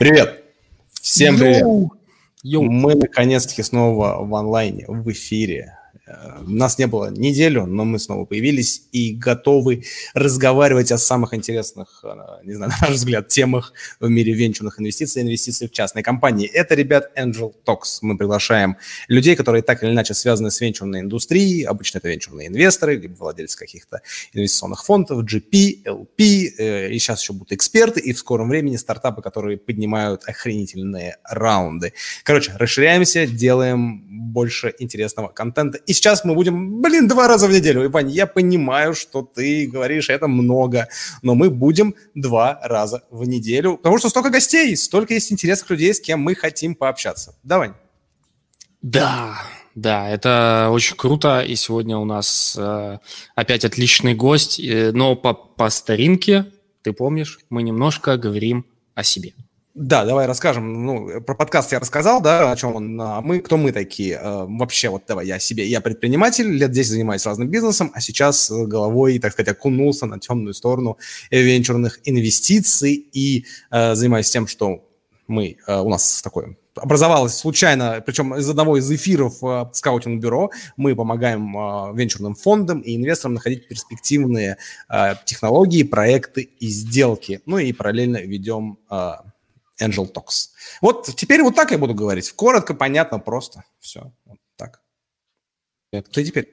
Привет! Всем привет! Йоу. Мы наконец-таки снова в онлайне, в эфире. Нас не было неделю, но мы снова появились и готовы разговаривать о самых интересных, не знаю, на наш взгляд, темах в мире венчурных инвестиций, инвестиций в частные компании. Это, ребят, Angel Talks. Мы приглашаем людей, которые так или иначе связаны с венчурной индустрией. Обычно это венчурные инвесторы, либо владельцы каких-то инвестиционных фондов, GP, LP, и сейчас еще будут эксперты, и в скором времени стартапы, которые поднимают охренительные раунды. Короче, расширяемся, делаем больше интересного контента. И сейчас мы будем, 2 раза в неделю. И, Вань, я понимаю, что ты говоришь, это много, но мы будем 2 раза в неделю, потому что столько гостей, столько есть интересных людей, с кем мы хотим пообщаться. Да, Вань? Да, это очень круто. И сегодня у нас опять отличный гость, но по старинке, ты помнишь, мы немножко говорим о себе. Да, давай расскажем. Про подкаст я рассказал, да, о чем он. Кто мы такие? Вообще, вот давай я о себе. Я предприниматель, лет 10 занимаюсь разным бизнесом, а сейчас головой, так сказать, окунулся на темную сторону венчурных инвестиций и занимаюсь тем, что у нас такое образовалось случайно, причем из одного из эфиров скаутинг-бюро. Мы помогаем венчурным фондам и инвесторам находить перспективные технологии, проекты и сделки. Ну и параллельно ведем Angel Talks. Вот теперь вот так я буду говорить. Коротко, понятно, просто. Все. Вот так. Ты теперь?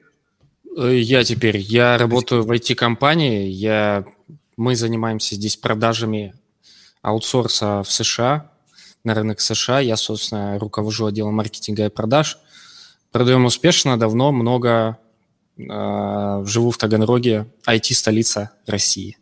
Я работаю в IT-компании. Мы занимаемся здесь продажами аутсорса в США, на рынок США. Я, собственно, руковожу отделом маркетинга и продаж. Продаем успешно, давно, много. Живу в Таганроге, IT-столица России.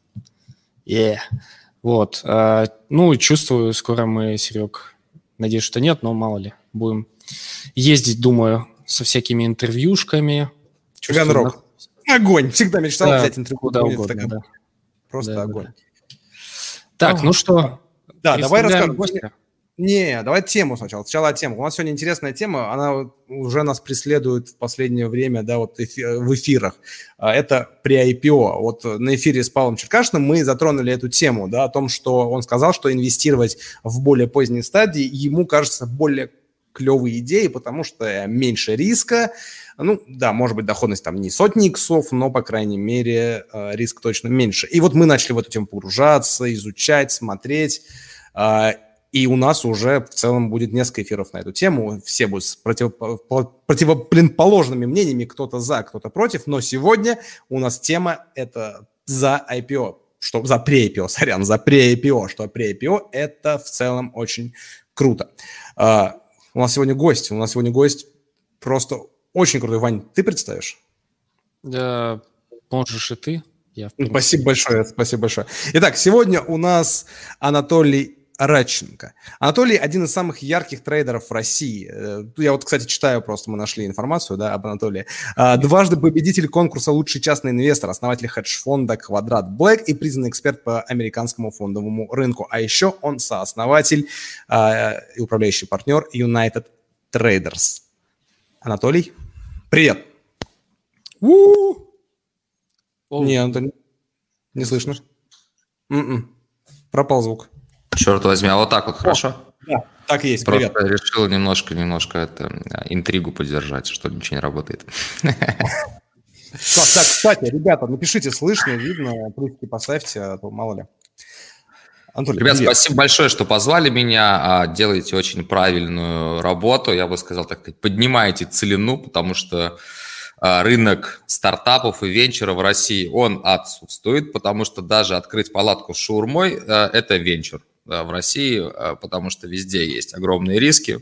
Вот. Чувствую, скоро мы, Серег, надеюсь, что нет, но мало ли. Будем ездить, думаю, со всякими интервьюшками. Таганрог. Огонь. Всегда мечтал взять интервью. Куда угодно, да. Просто огонь. Так, что? Да, давай расскажем. Давай тему сначала. Сначала тему. У нас сегодня интересная тема, она уже нас преследует в последнее время, да, вот в эфирах. Это при IPO. Вот на эфире с Павлом Черкашиным мы затронули эту тему, да, о том, что он сказал, что инвестировать в более поздней стадии ему кажется более клевой идеей, потому что меньше риска. Может быть, доходность там не сотни иксов, но, по крайней мере, риск точно меньше. И вот мы начали в эту тему погружаться, изучать, смотреть. И у нас уже в целом будет несколько эфиров на эту тему. Все будут с противоположными мнениями, кто-то за, кто-то против. Но сегодня у нас тема это за IPO. За pre-IPO. Что pre-IPO это в целом очень круто. У нас сегодня гость. Просто очень крутой. Вань, ты представишь? Да, можешь и ты. Спасибо большое. Итак, сегодня у нас Анатолий Радченко. Анатолий один из самых ярких трейдеров в России. Я вот, кстати, читаю, просто мы нашли информацию, да, об Анатолии. Дважды победитель конкурса «Лучший частный инвестор», основатель хедж-фонда «Квадрат Блэк» и признанный эксперт по американскому фондовому рынку. А еще он сооснователь и управляющий партнер United Traders. Анатолий, привет. Не, Анатолий, не слышно. Пропал звук. Черт возьми, а вот так вот хорошо? Да, так и есть, просто привет. Решил немножко интригу поддержать, что ничего не работает. Так, кстати, ребята, напишите, слышно, видно, плюсики поставьте, а то мало ли. Анатолий, ребят, привет. Спасибо большое, что позвали меня, делаете очень правильную работу, я бы сказал, так сказать, поднимаете целину, потому что рынок стартапов и венчура в России, он отсутствует, потому что даже открыть палатку с шаурмой – это венчур в России, потому что везде есть огромные риски.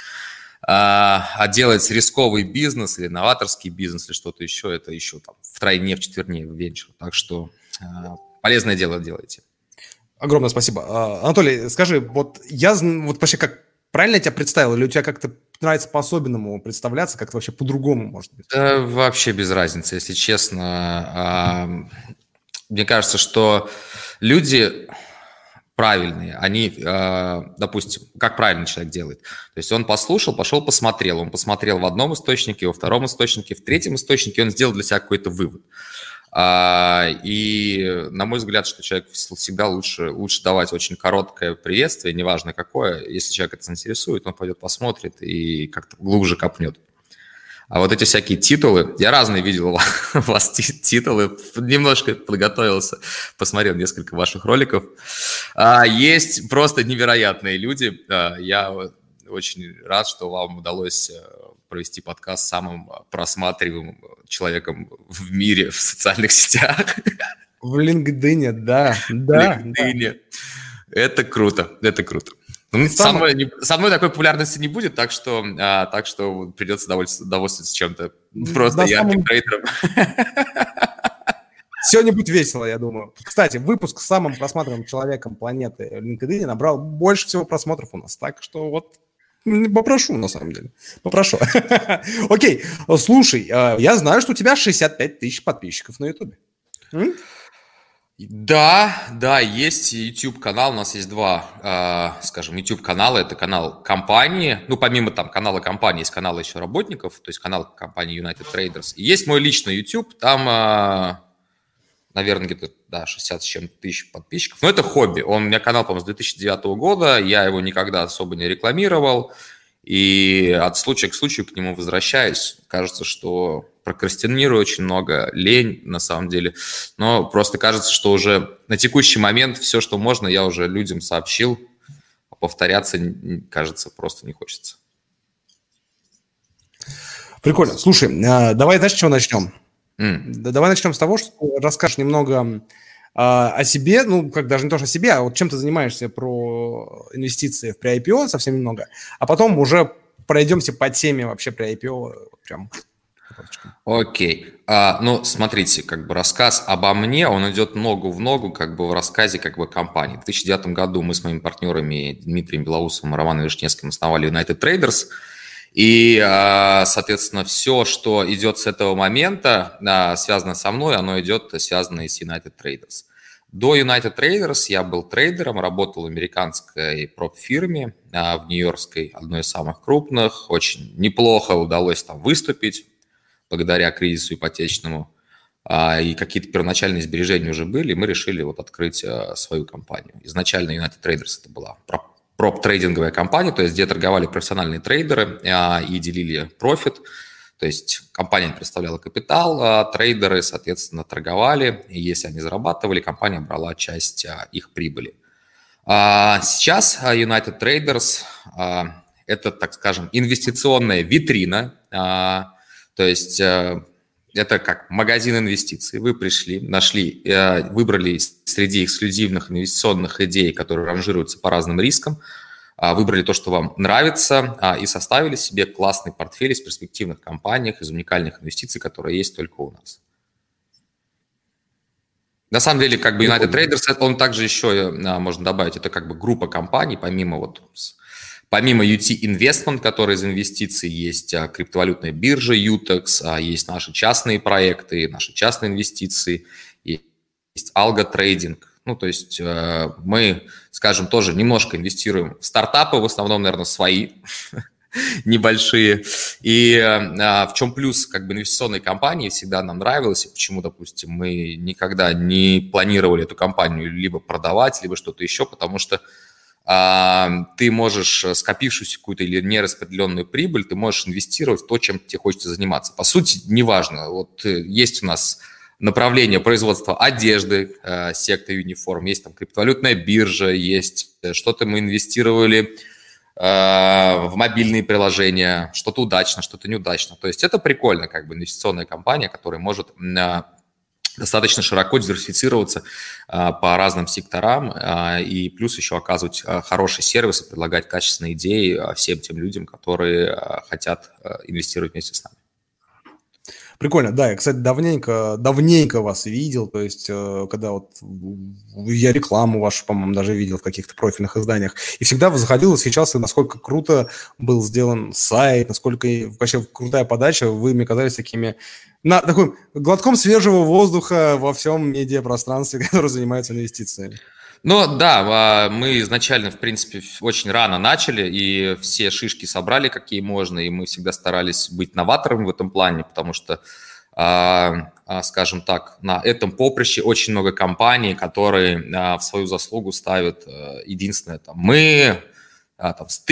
А делать рисковый бизнес или новаторский бизнес или что-то еще, это еще там втройне, вчетверне венчур. Так что полезное дело делайте. Огромное спасибо. Анатолий, скажи, вообще как правильно я тебя представил, или у тебя как-то нравится по-особенному представляться, как-то вообще по-другому, может быть? Вообще без разницы, если честно. Мне кажется, что люди правильные, они, допустим, как правильный человек делает. То есть он послушал, пошел посмотрел. Он посмотрел в одном источнике, во втором источнике, в третьем источнике, он сделал для себя какой-то вывод. И, на мой взгляд, что человек всегда лучше давать очень короткое приветствие, неважно какое. Если человек это заинтересует, он пойдет посмотрит и как-то глубже копнет. А вот эти всякие титулы, я разные видел у вас титулы, немножко подготовился, посмотрел несколько ваших роликов. Есть просто невероятные люди. Я очень рад, что вам удалось провести подкаст с самым просматриваемым человеком в мире в социальных сетях. В LinkedIn, да. В LinkedIn. Это круто, это круто. Со мной такой популярности не будет, так что придется довольствоваться чем-то просто ярким трейдером. Сегодня будет весело, я думаю. Кстати, выпуск с самым просматриваемым человеком планеты в LinkedIn набрал больше всего просмотров у нас. Так что вот попрошу, на самом деле. Попрошу. Окей, слушай, я знаю, что у тебя 65 тысяч подписчиков на YouTube. Да, есть YouTube-канал, у нас есть два, скажем, YouTube-канала, это канал компании, помимо там канала компании, есть канал еще работников, то есть канал компании United Traders, и есть мой личный YouTube, там, наверное, где-то, 60 с чем-то тысяч подписчиков, но это хобби, у меня канал, по-моему, с 2009 года, я его никогда особо не рекламировал, и от случая к случаю к нему возвращаюсь, кажется, что прокрастинирую очень много, лень на самом деле, но просто кажется, что уже на текущий момент все, что можно, я уже людям сообщил, а повторяться, кажется, просто не хочется. Прикольно. Слушай, давай, знаешь, с чего начнем? Давай начнем с того, что расскажешь немного о себе, даже не то, что о себе, а вот чем ты занимаешься про инвестиции в pre-IPO, совсем немного, а потом уже пройдемся по теме вообще pre-IPO прям. Окей. Смотрите, рассказ обо мне, он идет ногу в ногу, в рассказе, компании. В 2009 году мы с моими партнерами Дмитрием Белоусовым и Романом Вишневским основали United Traders. И, соответственно, все, что идет с этого момента, связано со мной, оно идет связано и с United Traders. До United Traders я был трейдером, работал в американской прop-фирме в Нью-Йоркской, одной из самых крупных. Очень неплохо удалось там выступить благодаря кризису ипотечному. И какие-то первоначальные сбережения уже были, и мы решили открыть свою компанию. Изначально United Traders это была прop-трейдинговая компания, то есть где торговали профессиональные трейдеры и делили профит. То есть компания представляла капитал, трейдеры, соответственно, торговали, и если они зарабатывали, компания брала часть их прибыли. Сейчас United Traders – это, так скажем, инвестиционная витрина, то есть это как магазин инвестиций. Вы пришли, нашли, выбрали среди эксклюзивных инвестиционных идей, которые ранжируются по разным рискам, выбрали то, что вам нравится, и составили себе классный портфель из перспективных компаний, из уникальных инвестиций, которые есть только у нас. На самом деле, United Traders, он также еще, можно добавить, это группа компаний, помимо UT Investment, который из инвестиций, есть криптовалютная биржа UTEX, есть наши частные проекты, наши частные инвестиции, есть алго-трейдинг. То есть мы, скажем, тоже немножко инвестируем в стартапы, в основном, наверное, свои, небольшие. И в чем плюс инвестиционной компании всегда нам нравилось, и почему, допустим, мы никогда не планировали эту компанию либо продавать, либо что-то еще, потому что ты можешь скопившуюся какую-то или нераспределенную прибыль, ты можешь инвестировать в то, чем тебе хочется заниматься. По сути, неважно. Есть у нас направление производства одежды, сектор Uniform, есть там криптовалютная биржа, есть что-то мы инвестировали в мобильные приложения, что-то удачно, что-то неудачно. То есть это прикольно, инвестиционная компания, которая может достаточно широко диверсифицироваться по разным секторам и плюс еще оказывать хороший сервис и предлагать качественные идеи всем тем людям, которые хотят инвестировать вместе с нами. Прикольно, да, я, кстати, давненько вас видел, то есть, когда я рекламу вашу, по-моему, даже видел в каких-то профильных изданиях, и всегда заходил и восхищался, насколько круто был сделан сайт, насколько вообще крутая подача, вы мне казались такими, таким глотком свежего воздуха во всем медиапространстве, которое занимается инвестициями. Да, мы изначально, в принципе, очень рано начали, и все шишки собрали, какие можно, и мы всегда старались быть новатором в этом плане, потому что скажем так, на этом поприще очень много компаний, которые в свою заслугу ставят единственное, там, мы там, с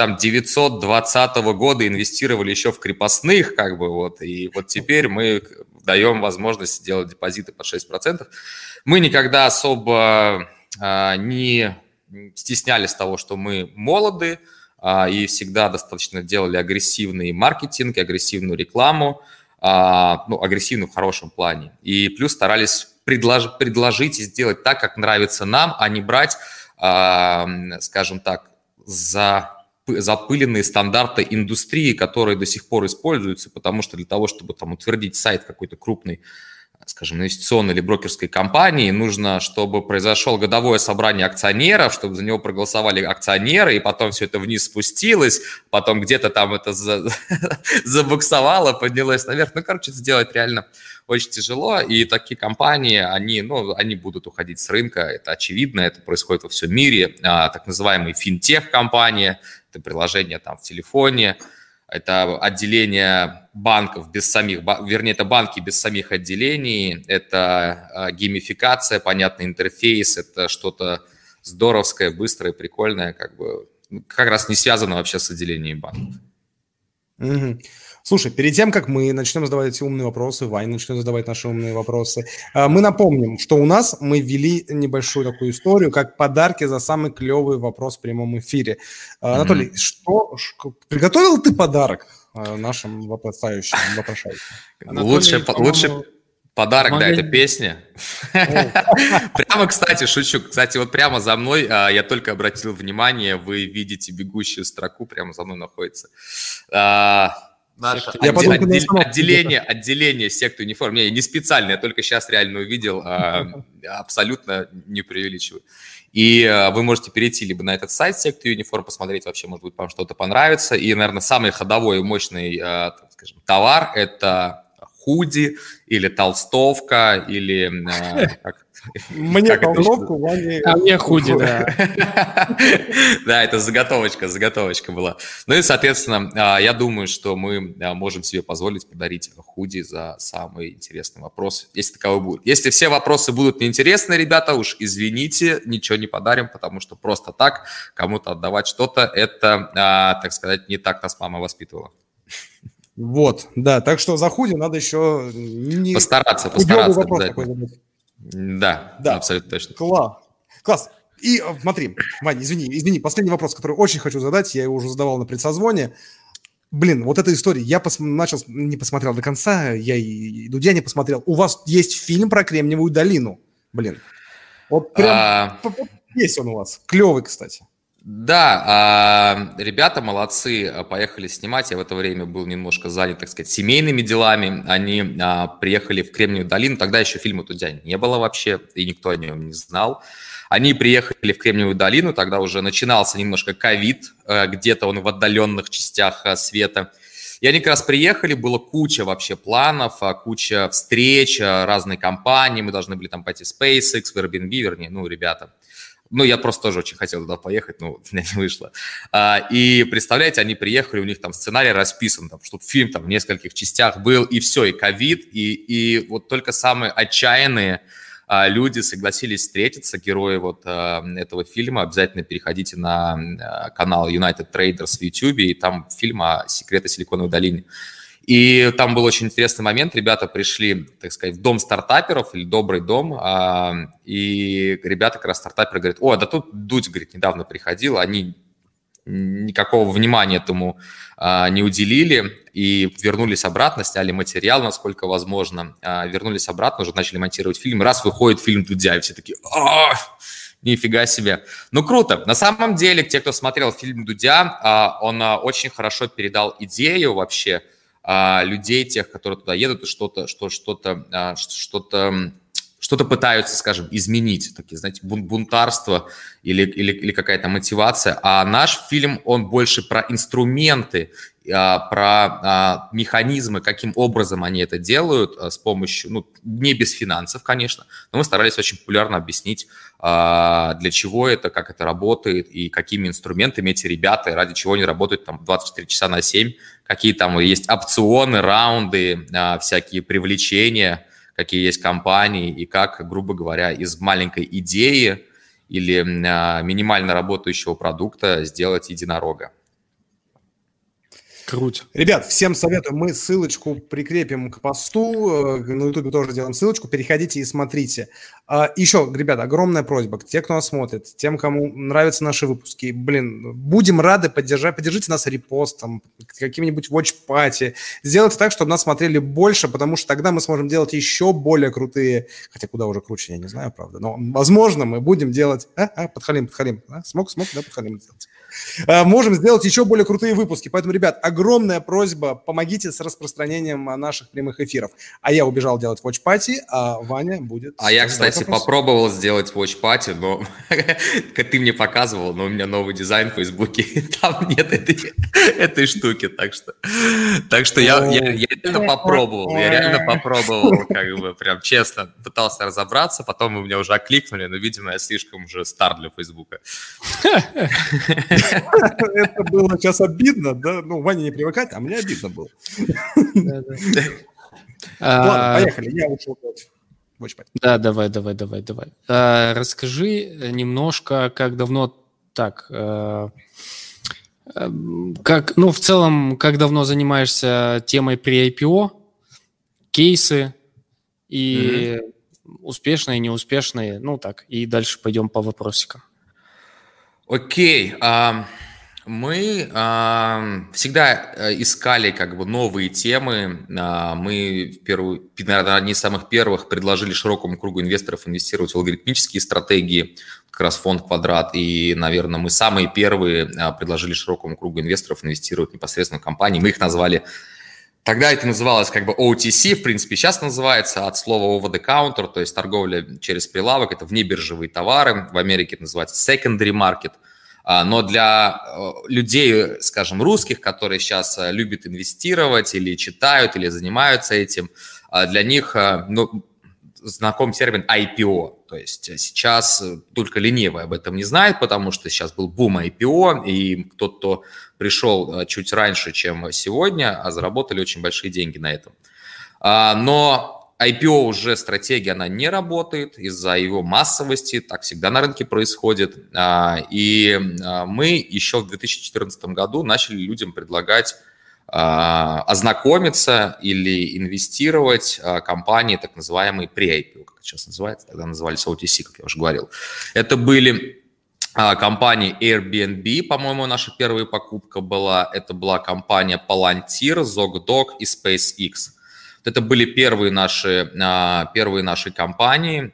1920 года инвестировали еще в крепостных, как бы, вот, и вот теперь мы даем возможность делать депозиты под 6%. Мы никогда особо не стеснялись того, что мы молоды, и всегда достаточно делали агрессивный маркетинг, агрессивную рекламу, агрессивную в хорошем плане. И плюс старались предложить и сделать так, как нравится нам, а не брать, скажем так, запыленные стандарты индустрии, которые до сих пор используются, потому что для того, чтобы там утвердить сайт какой-то крупной, скажем, инвестиционной или брокерской компании, нужно, чтобы произошло годовое собрание акционеров, чтобы за него проголосовали акционеры, и потом все это вниз спустилось, потом где-то там это забуксовало, поднялось наверх. Короче, сделать реально очень тяжело, и такие компании, они будут уходить с рынка, это очевидно, это происходит во всем мире, так называемые финтех-компании, это приложения там в телефоне, это отделение банков без самих, вернее, это банки без самих отделений, это геймификация, понятный интерфейс, это что-то здоровское, быстрое, прикольное, как раз не связано вообще с отделением банков. Угу. Слушай, перед тем, как мы начнем задавать эти умные вопросы, Ваня начнет задавать наши умные вопросы, мы напомним, что у нас мы ввели небольшую такую историю, как подарки за самый клевый вопрос в прямом эфире. Анатолий, приготовил ты подарок нашим вопрошающим? Лучший подарок, да, это песня. Прямо, кстати, шучу. Кстати, вот прямо за мной, я только обратил внимание, вы видите бегущую строку, прямо за мной находится. Наше отделение секты униформ. Не специально, я только сейчас реально увидел, абсолютно не преувеличиваю. И вы можете перейти либо на этот сайт секты униформ, посмотреть вообще, может быть, вам что-то понравится. И, наверное, самый ходовой и мощный, так скажем, товар – это худи или толстовка, или… Мне толстовку, Ване… А мне худи, да. Да, это заготовочка была. Ну и, соответственно, я думаю, что мы можем себе позволить подарить худи за самый интересный вопрос, если таковой будет. Если все вопросы будут неинтересны, ребята, уж извините, ничего не подарим, потому что просто так кому-то отдавать что-то, это, так сказать, не так нас мама воспитывала. Вот, да, так что за худи надо еще… Постараться обязательно. Да, абсолютно точно. Класс. И смотри, Вань, извини, последний вопрос, который очень хочу задать, я его уже задавал на предсозвоне. Блин, вот эта история, я не посмотрел до конца, я и Дудя не посмотрел. У вас есть фильм про Кремниевую долину, блин. Вот прям есть он у вас, клевый, кстати. Да, ребята молодцы, поехали снимать. Я в это время был немножко занят, так сказать, семейными делами. Они приехали в Кремниевую долину. Тогда еще фильма «Дудя» не было вообще, и никто о нем не знал. Они приехали в Кремниевую долину, тогда уже начинался немножко ковид, где-то он в отдаленных частях света. И они как раз приехали, было куча вообще планов, куча встреч, разные компании. Мы должны были там пойти в SpaceX, в Airbnb, вернее, ребята. Я просто тоже очень хотел туда поехать, но у меня не вышло. И, представляете, они приехали, у них там сценарий расписан, чтобы фильм там в нескольких частях был, и все, и ковид, и вот только самые отчаянные люди согласились встретиться, герои вот этого фильма. Обязательно переходите на канал United Traders в YouTube, и там фильм о секретах Силиконовой долины. И там был очень интересный момент. Ребята пришли, так сказать, в дом стартаперов или добрый дом, и ребята, как раз стартаперы, говорят: о, да тут Дудь, говорит, недавно приходил, они никакого внимания этому не уделили и вернулись обратно, сняли материал, насколько возможно, вернулись обратно, уже начали монтировать фильм. Раз выходит фильм Дудя, и все такие: нифига себе. Круто. На самом деле, те, кто смотрел фильм Дудя, он очень хорошо передал идею вообще людей, тех, которые туда едут, и что-то пытаются, скажем, изменить, такие, знаете, бунтарство или какая-то мотивация. А наш фильм, он больше про инструменты, про механизмы, каким образом они это делают с помощью, не без финансов, конечно, но мы старались очень популярно объяснить, для чего это, как это работает и какими инструментами эти ребята, ради чего они работают там 24 часа на 7, какие там есть опционы, раунды, всякие привлечения, какие есть компании, и как, грубо говоря, из маленькой идеи или минимально работающего продукта сделать единорога. Круто. Ребят, всем советую, мы ссылочку прикрепим к посту, на YouTube тоже сделаем ссылочку, переходите и смотрите. Еще, ребята, огромная просьба, те, кто нас смотрит, тем, кому нравятся наши выпуски, будем рады поддержите нас репостом, каким-нибудь watch-party, сделайте так, чтобы нас смотрели больше, потому что тогда мы сможем делать еще более крутые, хотя куда уже круче, я не знаю, правда, но, возможно, мы будем делать, подхалим, смог, да, подхалим сделать. Можем сделать еще более крутые выпуски. Поэтому, ребят, огромная просьба, помогите с распространением наших прямых эфиров. А я убежал делать Watch Party, а Ваня будет... А я, кстати, попробовал сделать Watch Party, но как ты мне показывал, но у меня новый дизайн в Фейсбуке, там нет этой штуки, так что я реально попробовал, как бы прям честно пытался разобраться, потом у меня уже окликнули, но, видимо, я слишком уже стар для Фейсбука. Это было сейчас обидно, да? Ну, Ване не привыкать, а мне обидно было. Ладно, поехали, я ушел. Да, давай. Расскажи немножко, как давно так... в целом, как давно занимаешься темой при IPO, кейсы и успешные, неуспешные, и дальше пойдем по вопросикам. Окей, мы всегда искали как бы новые темы. Мы, наверное, одни из самых первых предложили широкому кругу инвесторов инвестировать в алгоритмические стратегии, как раз фонд «Квадрат». И, наверное, мы самые первые предложили широкому кругу инвесторов инвестировать непосредственно в компании. Мы их назвали... Тогда это называлось как бы OTC, в принципе, сейчас называется от слова over the counter, то есть торговля через прилавок, это внебиржевые товары, в Америке это называется secondary market, но для людей, скажем, русских, которые сейчас любят инвестировать или читают, или занимаются этим, для них знаком термин IPO, то есть сейчас только ленивый об этом не знает, потому что сейчас был бум IPO, и кто пришел чуть раньше, чем сегодня, а заработали очень большие деньги на этом. Но IPO уже стратегия, она не работает из-за его массовости, так всегда на рынке происходит. И мы еще в 2014 году начали людям предлагать ознакомиться или инвестировать компании, так называемые pre-IPO, как это сейчас называется, тогда назывались OTC, как я уже говорил. Это были компании Airbnb, по-моему, наша первая покупка была, это была компания Palantir, Zocdoc и SpaceX. Это были первые наши компании,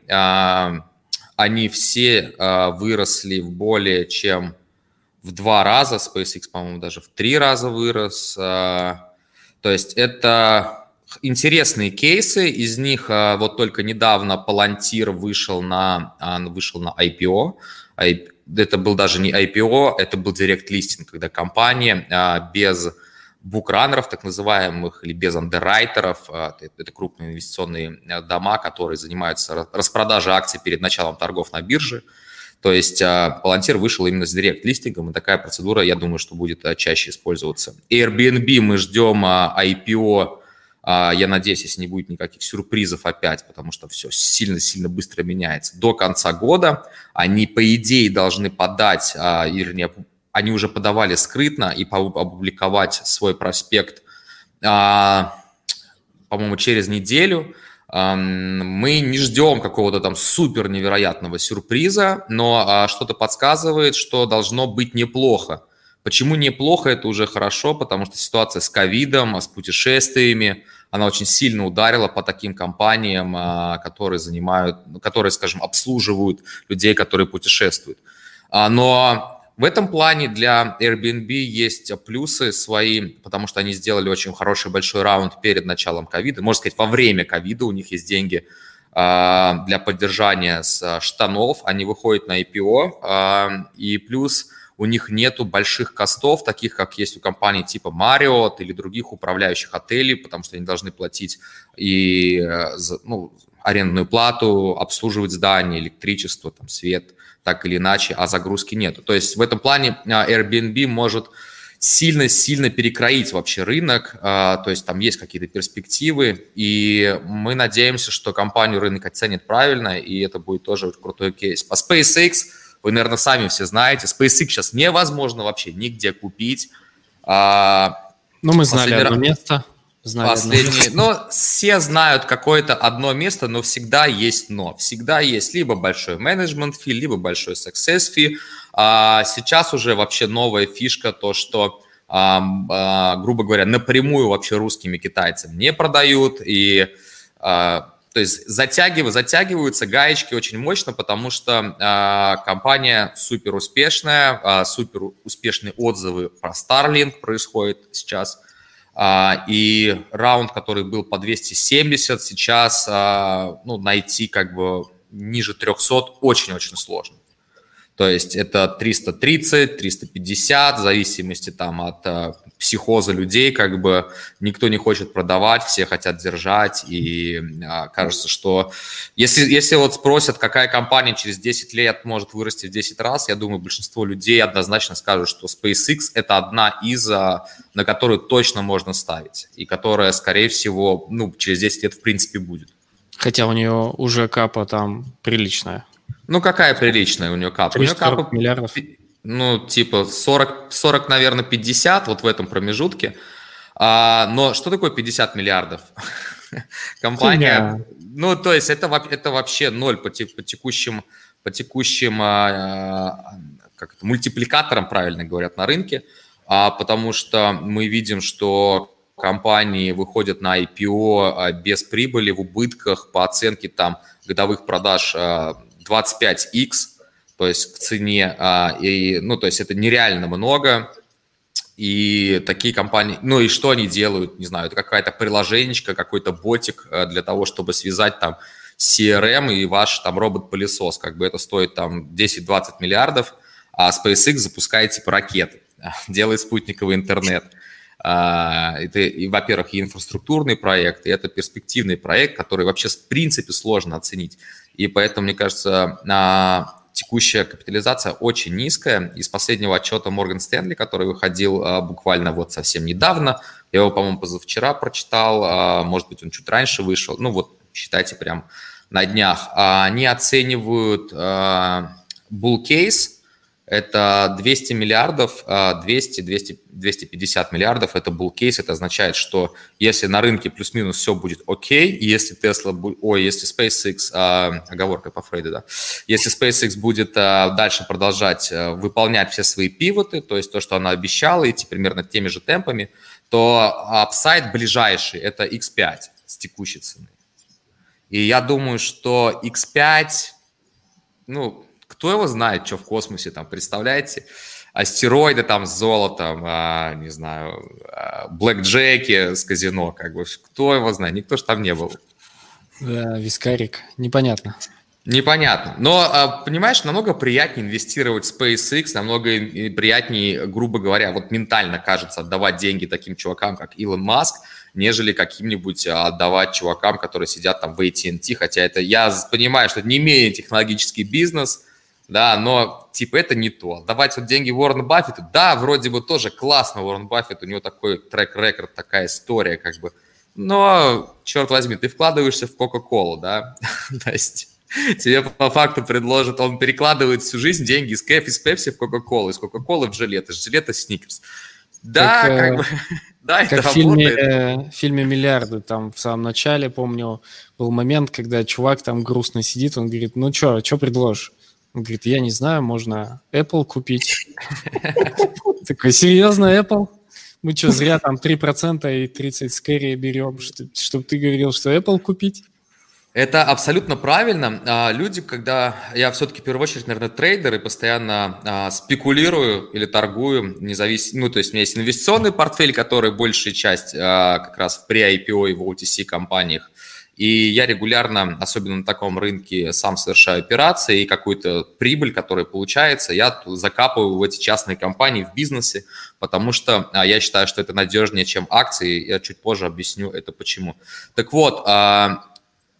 они все выросли в более чем в 2 раза, SpaceX, по-моему, даже в 3 раза вырос. То есть это интересные кейсы, из них вот только недавно Palantir вышел на IPO. Это был даже не IPO, это был директ-листинг, когда компания без букранеров, так называемых, или без андеррайтеров, это крупные инвестиционные дома, которые занимаются распродажей акций перед началом торгов на бирже. То есть Palantir вышел именно с директ-листингом, и такая процедура, я думаю, что будет чаще использоваться. Airbnb мы ждем IPO, я надеюсь, если не будет никаких сюрпризов опять, потому что все сильно-сильно быстро меняется. До конца года они, по идее, должны подать, вернее, они уже подавали скрытно и опубликовать свой проспект, по-моему, через неделю. Мы не ждем какого-то там супер невероятного сюрприза, но что-то подсказывает, что должно быть неплохо. Почему неплохо? Это уже хорошо, потому что ситуация с ковидом, с путешествиями, она очень сильно ударила по таким компаниям, которые, скажем, обслуживают людей, которые путешествуют. Но в этом плане для Airbnb есть плюсы свои, потому что они сделали очень хороший большой раунд перед началом ковида. Можно сказать, во время ковида у них есть деньги для поддержания штанов. Они выходят на IPO, и плюс у них нету больших костов, таких как есть у компаний типа Marriott или других управляющих отелей, потому что они должны платить и арендную плату, обслуживать здание, электричество, свет, так или иначе, а загрузки нету. То есть в этом плане Airbnb может сильно-сильно перекроить вообще рынок, то есть там есть какие-то перспективы, и мы надеемся, что компанию рынок оценит правильно, и это будет тоже крутой кейс. По SpaceX, вы, наверное, сами все знаете, SpaceX сейчас невозможно вообще нигде купить. Мы знали одно место. Но все знают какое-то одно место, но всегда есть но. Всегда есть либо большой менеджмент фи, либо большой success фи. Сейчас уже вообще новая фишка, то, что, грубо говоря, напрямую вообще русскими китайцам не продают. И, то есть затягиваются гаечки очень мощно, потому что компания супер успешная, супер успешные отзывы про Starlink происходят сейчас. И раунд, который был по 270, сейчас найти как бы ниже 300 очень-очень сложно. То есть это 330, 350, в зависимости там от психоза людей, как бы никто не хочет продавать, все хотят держать, и кажется, что если вот спросят, какая компания через 10 лет может вырасти в 10 раз, я думаю, большинство людей однозначно скажут, что SpaceX – это одна из, на которую точно можно ставить, и которая, скорее всего, через 10 лет в принципе будет. Хотя у нее уже капа там приличная. Какая приличная у нее капа? 340 миллиардов. Типа 40, наверное, 50, вот в этом промежутке. Но что такое 50 миллиардов? Компания... то есть это вообще ноль по текущим мультипликаторам, правильно говорят, на рынке, потому что мы видим, что компании выходят на IPO без прибыли, в убытках по оценке там годовых продаж 25x, то есть в цене, то есть это нереально много, и такие компании, и что они делают, не знаю, это какая-то приложенечка, какой-то ботик для того, чтобы связать там CRM и ваш там робот-пылесос, как бы это стоит там 10-20 миллиардов, а SpaceX запускает типа ракеты, делает спутниковый интернет. Это, во-первых, и инфраструктурный проект, и это перспективный проект, который вообще в принципе сложно оценить. И поэтому, мне кажется, текущая капитализация очень низкая. Из последнего отчета Morgan Stanley, который выходил буквально вот совсем недавно, я его, по-моему, позавчера прочитал, может быть, он чуть раньше вышел, считайте, прям на днях, они оценивают bull case, это 200 миллиардов, 200-250 миллиардов, это bull case, это означает, что если на рынке плюс-минус все будет окей, и если если SpaceX, оговорка по Фрейду, да, если SpaceX будет дальше продолжать выполнять все свои пивоты, то есть то, что она обещала, идти примерно теми же темпами, то апсайд ближайший – это X5 с текущей цены. И я думаю, что X5, кто его знает, что в космосе там, представляете? Астероиды там с золотом, не знаю, блэкджеки с казино, как бы, кто его знает, никто же там не был. Да, вискарик, непонятно. Непонятно, но, понимаешь, намного приятнее инвестировать в SpaceX, намного приятнее, грубо говоря, вот ментально, кажется, отдавать деньги таким чувакам, как Илон Маск, нежели каким-нибудь отдавать чувакам, которые сидят там в AT&T, хотя это, я понимаю, что это не менее технологический бизнес, да, но типа это не то. Давать вот деньги Уоррену Баффету, да, вроде бы тоже классно, Уоррен Баффет, у него такой трек-рекорд, такая история, как бы, но, черт возьми, ты вкладываешься в Кока-Колу, да, то есть тебе по факту предложат, он перекладывает всю жизнь деньги из Пепси в Кока-Колу, из Кока-Колы в Жилет, из Жилета в Сникерс. Да, как бы, да, как это в фильме «Миллиарды», там в самом начале, помню, был момент, когда чувак там грустно сидит, он говорит, что предложишь? Он говорит, я не знаю, можно Apple купить. Такой, серьезно, Apple? Мы что, зря там 3% и 30 с кэрри берем, чтобы ты говорил, что Apple купить? Это абсолютно правильно. Люди, когда я все-таки в первую очередь, наверное, трейдер и постоянно спекулирую или торгую, независимо, то есть у меня есть инвестиционный портфель, который большая часть как раз в pre-IPO и в OTC компаниях. И я регулярно, особенно на таком рынке, сам совершаю операции, и какую-то прибыль, которая получается, я закапываю в эти частные компании в бизнесе, потому что я считаю, что это надежнее, чем акции. Я чуть позже объясню это почему. Так вот,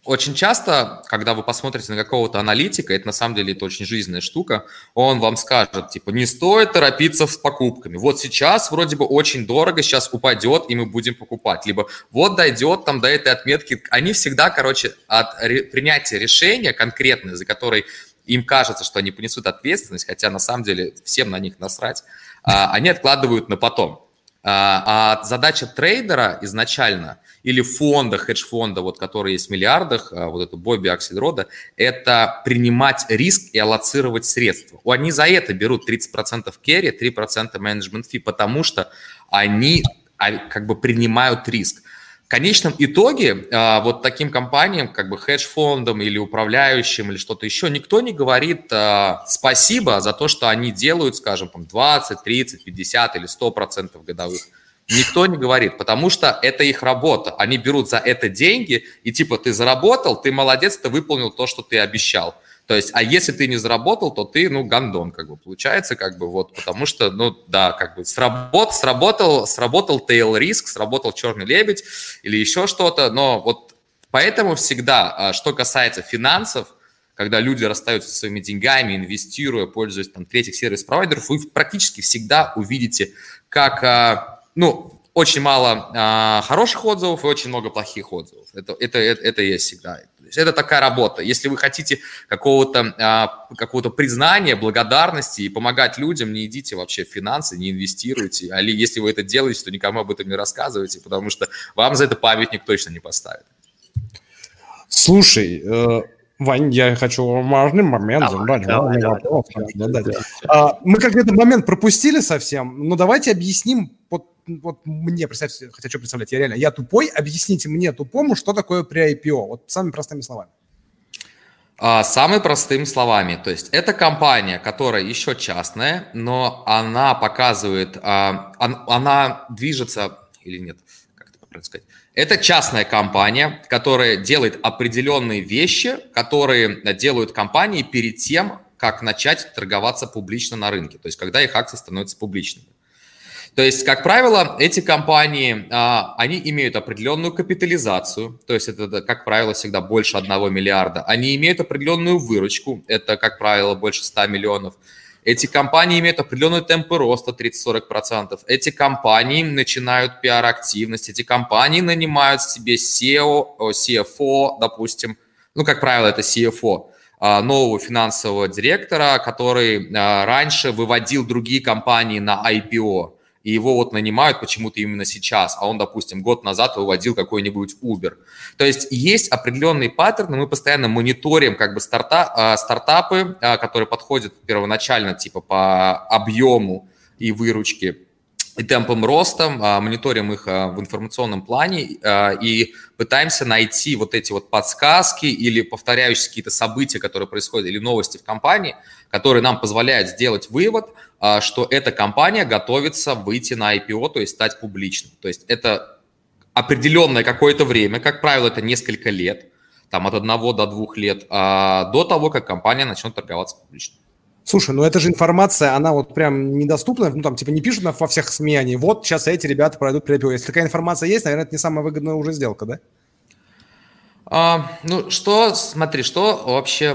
очень часто, когда вы посмотрите на какого-то аналитика, это на самом деле это очень жизненная штука, он вам скажет, типа, не стоит торопиться с покупками. Вот сейчас вроде бы очень дорого, сейчас упадет, и мы будем покупать. Либо вот дойдет там до этой отметки. Они всегда, короче, от принятия решения конкретное, за которое им кажется, что они понесут ответственность, хотя на самом деле всем на них насрать, они откладывают на потом. А задача трейдера изначально или фонда, хедж-фонда, вот, который есть в миллиардах, вот это Бобби Аксельрода, это принимать риск и аллоцировать средства. Они за это берут 30% керри, 3% менеджмент фи, потому что они как бы принимают риск. В конечном итоге вот таким компаниям, как бы хедж-фондам или управляющим или что-то еще, никто не говорит спасибо за то, что они делают, скажем, 20, 30, 50 или 100% годовых. Никто не говорит, потому что это их работа. Они берут за это деньги, и типа ты заработал, ты молодец, ты выполнил то, что ты обещал. То есть, а если ты не заработал, то ты, гандон, как бы, получается, как бы, вот, потому что, да, как бы, сработал tail риск, сработал черный лебедь или еще что-то, но вот поэтому всегда, что касается финансов, когда люди расстаются со своими деньгами, инвестируя, пользуясь там третьих сервис-провайдеров, вы практически всегда увидите, как, очень мало хороших отзывов и очень много плохих отзывов. Это есть всегда. То есть это такая работа. Если вы хотите какого-то признания, благодарности и помогать людям, не идите вообще в финансы, не инвестируйте. А если вы это делаете, то никому об этом не рассказывайте, потому что вам за это памятник точно не поставят. Слушай, Вань, я хочу важный момент задать. Мы как-то этот момент пропустили совсем, но давайте объясним, вот мне, представьте, хотя что представлять, я тупой, объясните мне тупому, что такое pre-IPO, вот самыми простыми словами. Самыми простыми словами, то есть это компания, которая еще частная, но она показывает, она движется или нет, как это правильно сказать. Это частная компания, которая делает определенные вещи, которые делают компании перед тем, как начать торговаться публично на рынке, то есть когда их акции становятся публичными. То есть, как правило, эти компании, они имеют определенную капитализацию, то есть это, как правило, всегда больше 1 миллиарда. Они имеют определенную выручку, это, как правило, больше 100 миллионов. Эти компании имеют определенные темпы роста 30-40%. Эти компании начинают пиар-активность, эти компании нанимают себе SEO, CFO, допустим, как правило, это CFO, нового финансового директора, который раньше выводил другие компании на IPO. И его вот нанимают почему-то именно сейчас, а он, допустим, год назад выводил какой-нибудь Uber. То есть есть определенные паттерны, мы постоянно мониторим как бы стартапы, которые подходят первоначально типа по объему и выручке и темпам роста, мониторим их в информационном плане и пытаемся найти вот эти вот подсказки или повторяющиеся какие-то события, которые происходят, или новости в компании, которые нам позволяют сделать вывод, что эта компания готовится выйти на IPO, то есть стать публичной. То есть это определенное какое-то время, как правило, это несколько лет, там от 1 до 2 лет, до того, как компания начнет торговаться публично. Слушай, это же информация, она вот прям недоступна, не пишут во всех СМИ они, вот сейчас эти ребята пройдут при IPO. Если такая информация есть, наверное, это не самая выгодная уже сделка, да? Что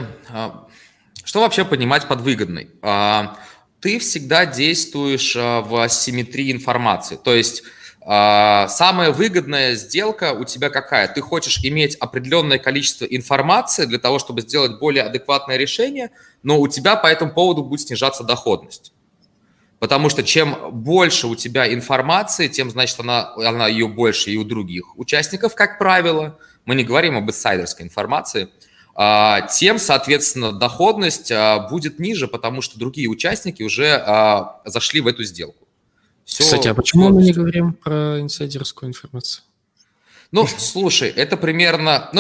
вообще понимать под выгодной? Ты всегда действуешь в асимметрии информации, то есть самая выгодная сделка у тебя какая? Ты хочешь иметь определенное количество информации для того, чтобы сделать более адекватное решение, но у тебя по этому поводу будет снижаться доходность. Потому что чем больше у тебя информации, тем, значит, она ее больше и у других участников, как правило. Мы не говорим об инсайдерской информации. Тем, соответственно, доходность будет ниже, потому что другие участники уже зашли в эту сделку. Кстати, а почему мы не говорим про инсайдерскую информацию? Слушай, это примерно,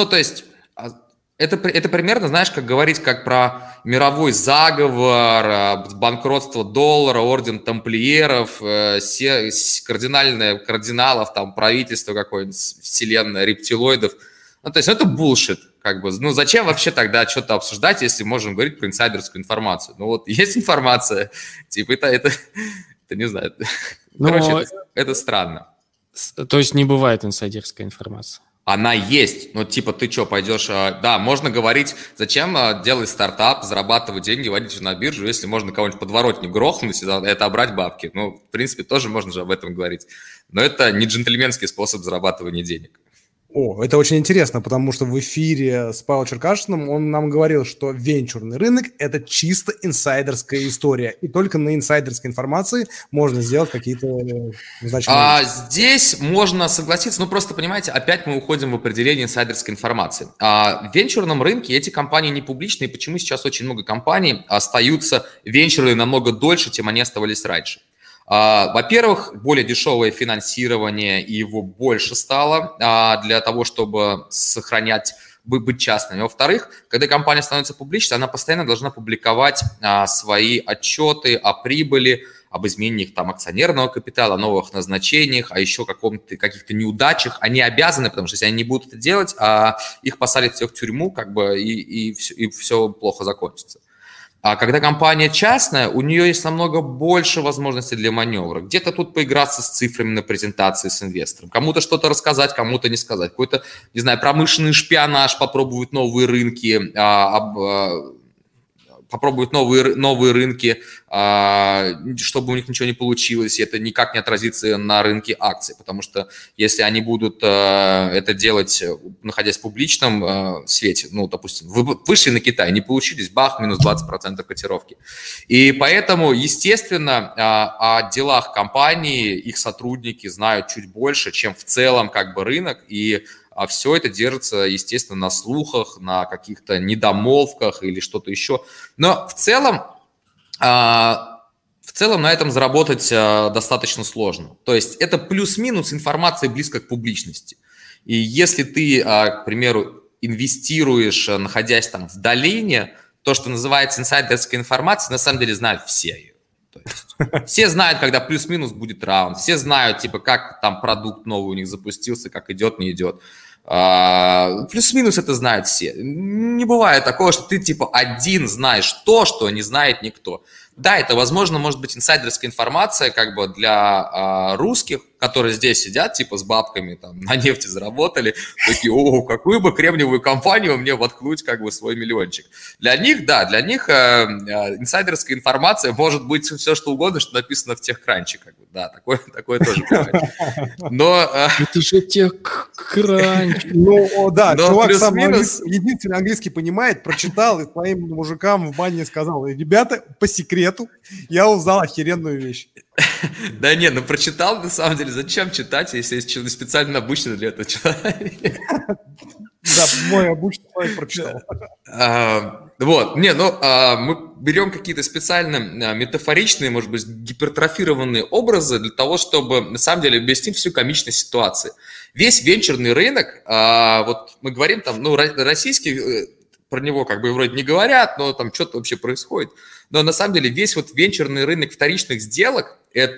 это примерно, знаешь, как говорить как про мировой заговор, банкротство доллара, орден тамплиеров, кардиналов, там, правительство какое-нибудь, вселенная, рептилоидов. То есть это булшит, как бы. Зачем вообще тогда что-то обсуждать, если можем говорить про инсайдерскую информацию? Есть информация, типа это не знаю. Короче, это странно. То есть не бывает инсайдерской информации? Она есть, но типа ты что, пойдешь... Да, можно говорить, зачем делать стартап, зарабатывать деньги, водить на биржу, если можно кого-нибудь подворотню грохнуть и это обрать бабки. Ну, в принципе, тоже можно же об этом говорить. Но это не джентльменский способ зарабатывания денег. О, это очень интересно, потому что в эфире с Павлом Черкашиным он нам говорил, что венчурный рынок – это чисто инсайдерская история, и только на инсайдерской информации можно сделать какие-то значимые вещи. Здесь можно согласиться, ну просто, понимаете, опять мы уходим в определение инсайдерской информации. В венчурном рынке эти компании не публичные, почему сейчас очень много компаний остаются венчурные намного дольше, чем они оставались раньше. Во-первых, более дешевое финансирование, и его больше стало для того, чтобы сохранять, быть частными. Во-вторых, когда компания становится публичной, она постоянно должна публиковать свои отчеты о прибыли, об изменениях там акционерного капитала, о новых назначениях, о еще каких-то неудачах. Они обязаны, потому что если они не будут это делать, их посадят всех в тюрьму, как бы, и все плохо закончится. А когда компания частная, у нее есть намного больше возможностей для маневра. Где-то тут поиграться с цифрами на презентации с инвестором. Кому-то что-то рассказать, кому-то не сказать. Какой-то, не знаю, промышленный шпионаж, попробовать новые рынки, попробовать новые рынки, чтобы у них ничего не получилось, и это никак не отразится на рынке акций, потому что если они будут это делать, находясь в публичном свете, ну, допустим, вышли на Китай, не получились, бах, минус 20% котировки. И поэтому, естественно, о делах компании их сотрудники знают чуть больше, чем в целом как бы рынок, и все это держится, естественно, на слухах, на каких-то недомолвках или что-то еще. Но в целом на этом заработать достаточно сложно. То есть это плюс-минус информация близко к публичности. И если ты, к примеру, инвестируешь, находясь там в долине, то, что называется инсайдерской информацией, на самом деле знают все ее. То есть все знают, когда плюс-минус будет раунд, все знают, типа, как там продукт новый у них запустился, как идет, не идет. Плюс-минус это знают все. Не бывает такого, что ты типа один знаешь то, что не знает никто. Да, это, возможно, может быть инсайдерская информация как бы для русских, которые здесь сидят, типа с бабками там на нефти заработали, такие, о, какую бы кремниевую компанию мне воткнуть как бы свой миллиончик. Для них, да, для них инсайдерская информация может быть все что угодно, что написано в техкранче, как бы, да, такое тоже бывает. Но... Это же техкранч. Ну, да, чувак сам единственный английский понимает, прочитал и своим мужикам в бане сказал, ребята, по секрету, я узнал охеренную вещь. Да нет, ну прочитал, на самом деле, зачем читать, если есть что-то специально обычно для этого человека? Да, мой обычный человек прочитал. Вот, не, ну, мы берем какие-то специально метафоричные, может быть, гипертрофированные образы для того, чтобы, на самом деле, объяснить всю комичность ситуации. Весь венчурный рынок, вот мы говорим там, ну, российский, про него как бы вроде не говорят, но там что-то вообще происходит. Но на самом деле весь вот венчурный рынок вторичных сделок,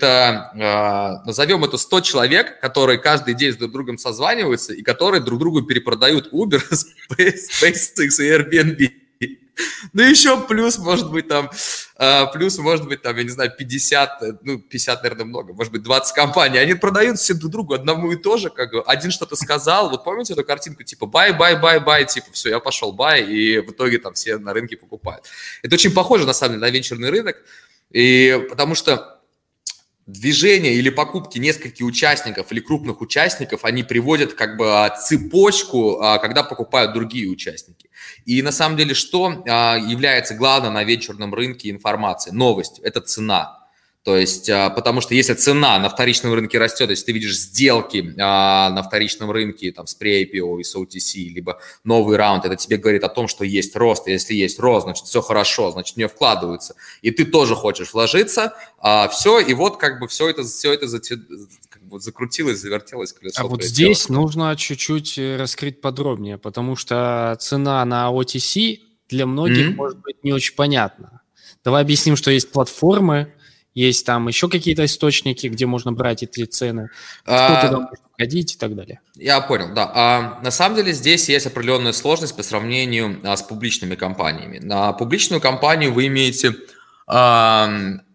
это, назовем это 100 человек, которые каждый день с друг другом созваниваются и которые друг другу перепродают Uber, SpaceX и Airbnb. Ну, еще плюс, может быть, там, я не знаю, 50, ну, 50, наверное, много, может быть, 20 компаний. Они продают все друг другу одному и то же, как бы, один что-то сказал, вот помните эту картинку, типа, buy, типа, все, я пошел, buy, и в итоге там все на рынке покупают. Это очень похоже, на самом деле, на венчурный рынок, и потому что движение или покупки нескольких участников или крупных участников, они приводят как бы цепочку, когда покупают другие участники. И на самом деле, что является главным на венчурном рынке информации? Новость – это цена. То есть, потому что если цена на вторичном рынке растет, если ты видишь сделки на вторичном рынке там, с pre-IPO и с OTC, либо новый раунд, это тебе говорит о том, что есть рост. И если есть рост, значит, все хорошо, значит, в нее вкладываются. И ты тоже хочешь вложиться, все, и вот как бы все это как бы закрутилось, завертелось колесо. А вот здесь нужно чуть-чуть раскрыть подробнее, потому что цена на OTC для многих может быть не очень понятна. Давай объясним, что есть платформы, есть там еще какие-то источники, где можно брать эти цены, кто туда может ходить и так далее. Я понял, да. На самом деле здесь есть определенная сложность по сравнению с публичными компаниями. На публичную компанию вы имеете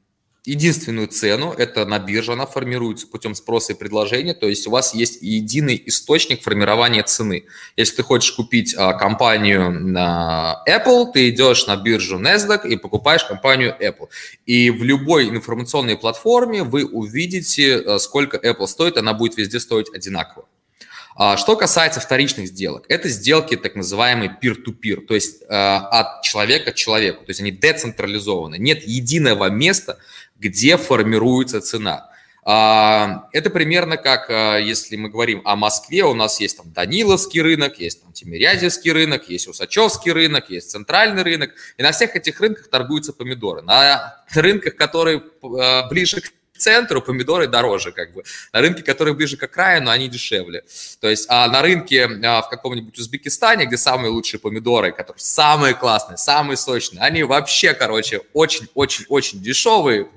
единственную цену, это на бирже, она формируется путем спроса и предложения, то есть у вас есть единый источник формирования цены. Если ты хочешь купить компанию на Apple, ты идешь на биржу NASDAQ и покупаешь компанию Apple. И в любой информационной платформе вы увидите, сколько Apple стоит, она будет везде стоить одинаково. Что касается вторичных сделок, это сделки так называемые peer-to-peer, то есть от человека к человеку, то есть они децентрализованы, нет единого места, где формируется цена. Это примерно как, если мы говорим о Москве, у нас есть там Даниловский рынок, есть там Тимирязевский рынок, есть Усачевский рынок, есть центральный рынок, и на всех этих рынках торгуются помидоры. На рынках, которые ближе к центру, помидоры дороже, как бы. На рынке, которые ближе к окраину, они дешевле. То есть на рынке в каком-нибудь Узбекистане, где самые лучшие помидоры, которые самые классные, самые сочные, они вообще, короче, очень-очень-очень дешевые.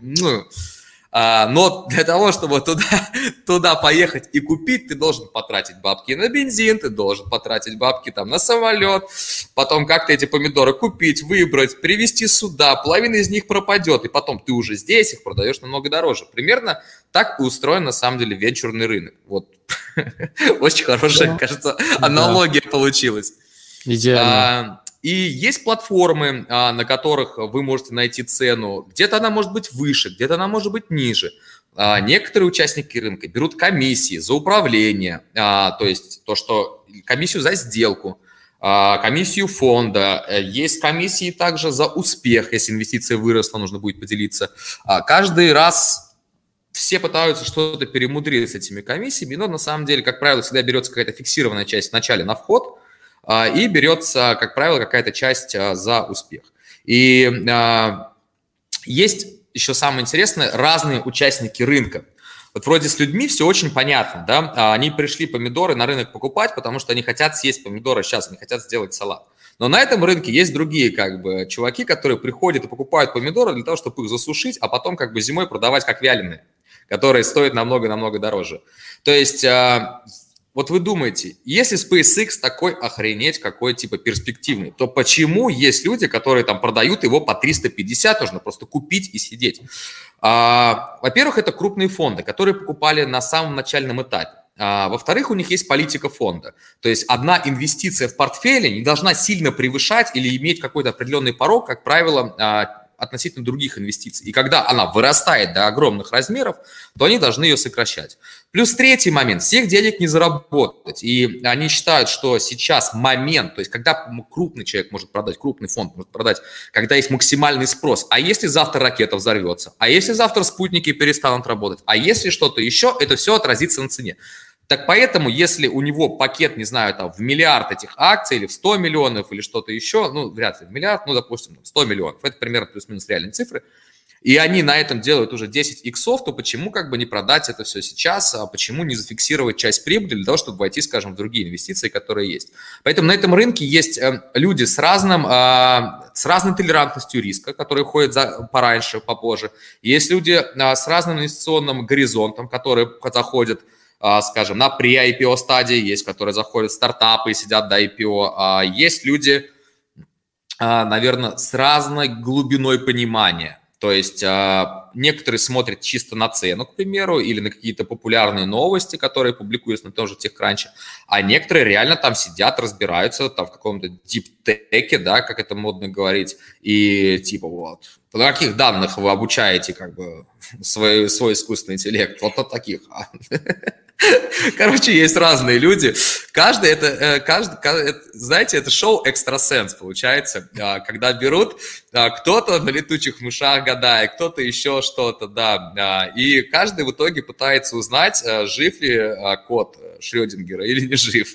Но для того, чтобы туда поехать и купить, ты должен потратить бабки на бензин, ты должен потратить бабки там на самолет, потом как-то эти помидоры купить, выбрать, привезти сюда, половина из них пропадет, и потом ты уже здесь их продаешь намного дороже. Примерно так и устроен на самом деле венчурный рынок. Вот. Очень хорошая, кажется, аналогия получилась. Идеально. И есть платформы, на которых вы можете найти цену. Где-то она может быть выше, где-то она может быть ниже. Некоторые участники рынка берут комиссии за управление, то есть комиссию за сделку, комиссию фонда. Есть комиссии также за успех, если инвестиция выросла, нужно будет поделиться. Каждый раз все пытаются что-то перемудрить с этими комиссиями, но на самом деле, как правило, всегда берется какая-то фиксированная часть вначале на вход, и берется, как правило, какая-то часть за успех. И есть еще самое интересное, разные участники рынка. Вот вроде с людьми все очень понятно, да, они пришли помидоры на рынок покупать, потому что они хотят съесть помидоры сейчас, они хотят сделать салат. Но на этом рынке есть другие, как бы, чуваки, которые приходят и покупают помидоры для того, чтобы их засушить, а потом, как бы, зимой продавать как вяленые, которые стоят намного-намного дороже. То есть... Вот вы думаете, если SpaceX такой охренеть какой типа перспективный, то почему есть люди, которые там продают его по 350, нужно просто купить и сидеть? Во-первых, это крупные фонды, которые покупали на самом начальном этапе. Во-вторых, у них есть политика фонда. То есть одна инвестиция в портфеле не должна сильно превышать или иметь какой-то определенный порог, как правило, относительно других инвестиций. И когда она вырастает до огромных размеров, то они должны ее сокращать. Плюс третий момент. Всех денег не заработать. И они считают, что сейчас момент, то есть когда крупный человек может продать, крупный фонд может продать, когда есть максимальный спрос. А если завтра ракета взорвется? А если завтра спутники перестанут работать? А если что-то еще? Это все отразится на цене. Так поэтому, если у него пакет, не знаю, там, в миллиард этих акций или в 100 миллионов или что-то еще, ну, вряд ли в миллиард, ну, допустим, 100 миллионов, это примерно плюс-минус реальные цифры, и они на этом делают уже 10 иксов, то почему как бы не продать это все сейчас, а почему не зафиксировать часть прибыли для того, чтобы войти, скажем, в другие инвестиции, которые есть. Поэтому на этом рынке есть люди с разной толерантностью риска, которые ходят пораньше, попозже. Есть люди с разным инвестиционным горизонтом, которые заходят, скажем, на pre-IPO стадии, есть, которые заходят в стартапы и сидят до IPO, есть люди, наверное, с разной глубиной понимания. То есть некоторые смотрят чисто на цену, к примеру, или на какие-то популярные новости, которые публикуются на том же TechCrunch, а некоторые реально там сидят, разбираются там в каком-то диптеке, да, как это модно говорить, и типа вот, на каких данных вы обучаете как бы свой искусственный интеллект, вот на таких. Короче, есть разные люди. Каждый, знаете, это шоу экстрасенс получается, когда берут кто-то на летучих мышах гадает, кто-то еще что-то, да. И каждый в итоге пытается узнать, жив ли кот Шрёдингера или не жив.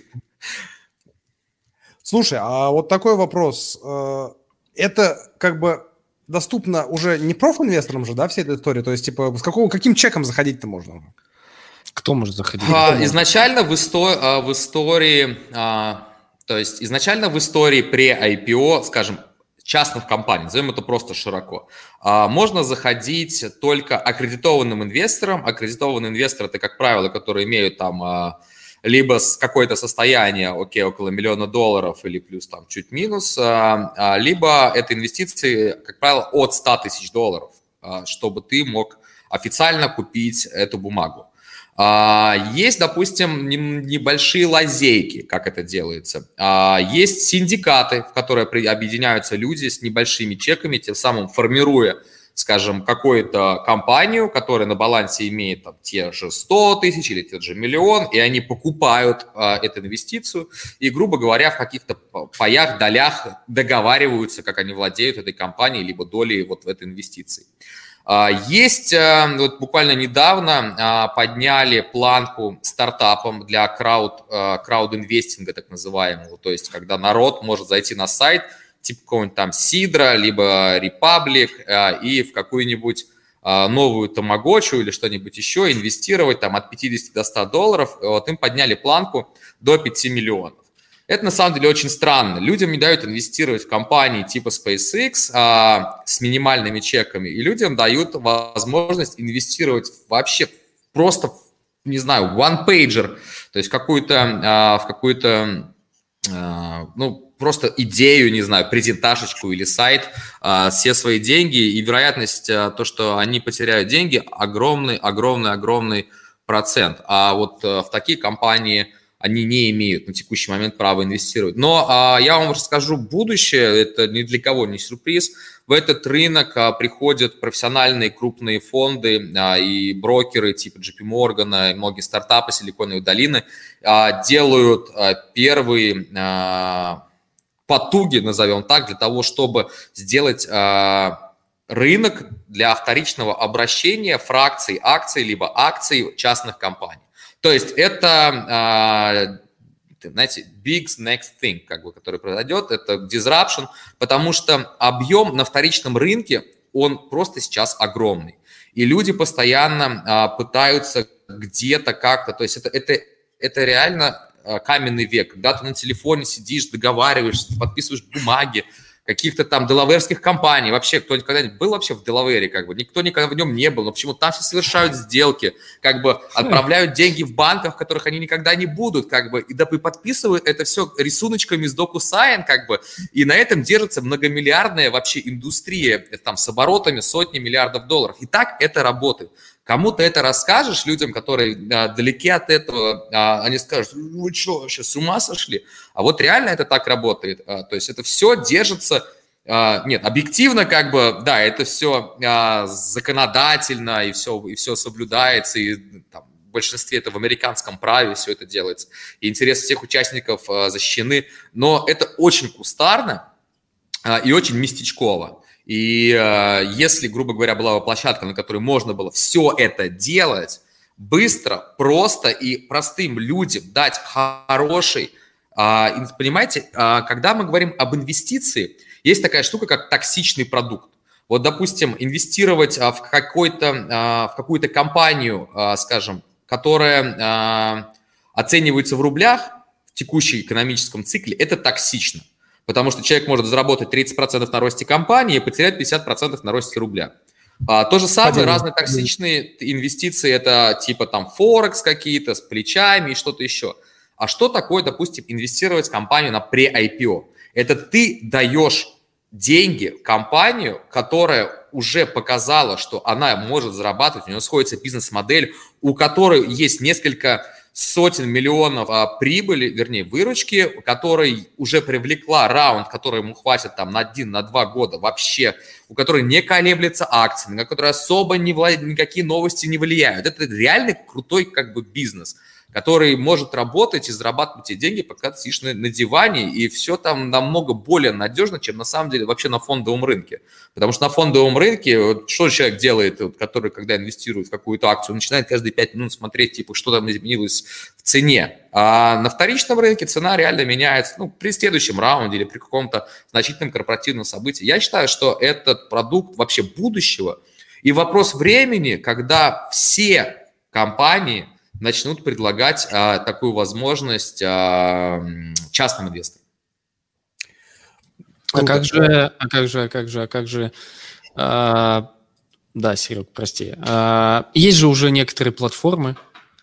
Слушай, а вот такой вопрос. Это как бы доступно уже не профинвесторам же, да, вся эта история? То есть, типа, каким чеком заходить-то можно? Кто может заходить? Изначально в истории, то есть изначально в истории pre-IPO, скажем, частных компаний, назовем это просто широко, можно заходить только аккредитованным инвесторам. Аккредитованные инвесторы – это, как правило, которые имеют там либо какое-то состояние, около $1 миллиона или плюс там чуть минус, либо это инвестиции, как правило, от $100 тысяч. чтобы ты мог официально купить эту бумагу. Есть, допустим, небольшие лазейки, как это делается. Есть синдикаты, в которые объединяются люди с небольшими чеками, тем самым формируя, скажем, какую-то компанию, которая на балансе имеет там, те же 100 тысяч или те же миллион, и они покупают эту инвестицию и, грубо говоря, в каких-то паях, долях договариваются, как они владеют этой компанией, либо долей вот в этой инвестиции. Есть, вот буквально недавно подняли планку стартапам для краудинвестинга, так называемого, то есть когда народ может зайти на сайт, типа какого-нибудь там Сидра, либо Republic, и в какую-нибудь новую тамагочу или что-нибудь еще инвестировать там от 50 до 100 долларов, вот им подняли планку до 5 миллионов. Это на самом деле очень странно. Людям не дают инвестировать в компании типа SpaceX с минимальными чеками, и людям дают возможность инвестировать вообще просто, не знаю, one-pager, то есть в какую-то, ну, просто идею, не знаю, презентажечку или сайт, все свои деньги, и вероятность, то, что они потеряют деньги, огромный процент. А вот в такие компании они не имеют на текущий момент права инвестировать. Но я вам расскажу будущее, это ни для кого не сюрприз. В этот рынок приходят профессиональные крупные фонды и брокеры типа JP Morgan, и многие стартапы Силиконовой долины делают первые потуги, назовем так, для того, чтобы сделать рынок для вторичного обращения фракций акций, либо акций частных компаний. То есть это, знаете, big next thing, как бы, который произойдет, это disruption, потому что объем на вторичном рынке, он просто сейчас огромный. И люди постоянно пытаются где-то как-то, то есть это реально каменный век, когда ты на телефоне сидишь, договариваешься, подписываешь бумаги каких-то там делаверских компаний. Вообще, кто когда-нибудь был вообще в Делавере, как бы, никто никогда в нем не был, но почему там все совершают сделки, как бы отправляют деньги в банках, в которых они никогда не будут, как бы, и подписывают это все рисуночками из DocuSign, как бы, и на этом держится многомиллиардная вообще индустрия, там, с оборотами сотни миллиардов долларов. И так это работает. Кому-то это расскажешь, людям, которые далеки от этого, они скажут, вы что, вообще с ума сошли? А вот реально это так работает. То есть это все держится, нет, объективно как бы, да, это все законодательно, и все соблюдается, и там, в большинстве это в американском праве все это делается, и интересы всех участников защищены, но это очень кустарно и очень местечково. И если, грубо говоря, была бы площадка, на которой можно было все это делать быстро, просто и простым людям дать хороший, понимаете, когда мы говорим об инвестиции, есть такая штука, как токсичный продукт. Вот, допустим, инвестировать в какую-то компанию, скажем, которая оценивается в рублях в текущем экономическом цикле, это токсично. Потому что человек может заработать 30% на росте компании и потерять 50% на росте рубля. То же самое, разные токсичные инвестиции, это типа там Форекс какие-то, с плечами и что-то еще. А что такое, допустим, инвестировать в компанию на pre-IPO? Это ты даешь деньги в компанию, которая уже показала, что она может зарабатывать, у нее сходится бизнес-модель, у которой есть несколько сотен миллионов прибыли, вернее, выручки, которая уже привлекла раунд, который ему хватит там на 1-2 года вообще, у которой не колеблется акции, на которой особо никакие новости не влияют. Это реально крутой как бы бизнес, который может работать и зарабатывать эти деньги, пока ты сидишь на диване, и все там намного более надежно, чем на самом деле вообще на фондовом рынке. Потому что на фондовом рынке, вот, что человек делает, вот, который, когда инвестирует в какую-то акцию, он начинает каждые 5 минут смотреть, типа, что там изменилось в цене. А на вторичном рынке цена реально меняется, ну, при следующем раунде или при каком-то значительном корпоративном событии. Я считаю, что этот продукт вообще будущего, и вопрос времени, когда все компании начнут предлагать такую возможность частным инвесторам. Да, Серег, прости. Есть же уже некоторые платформы,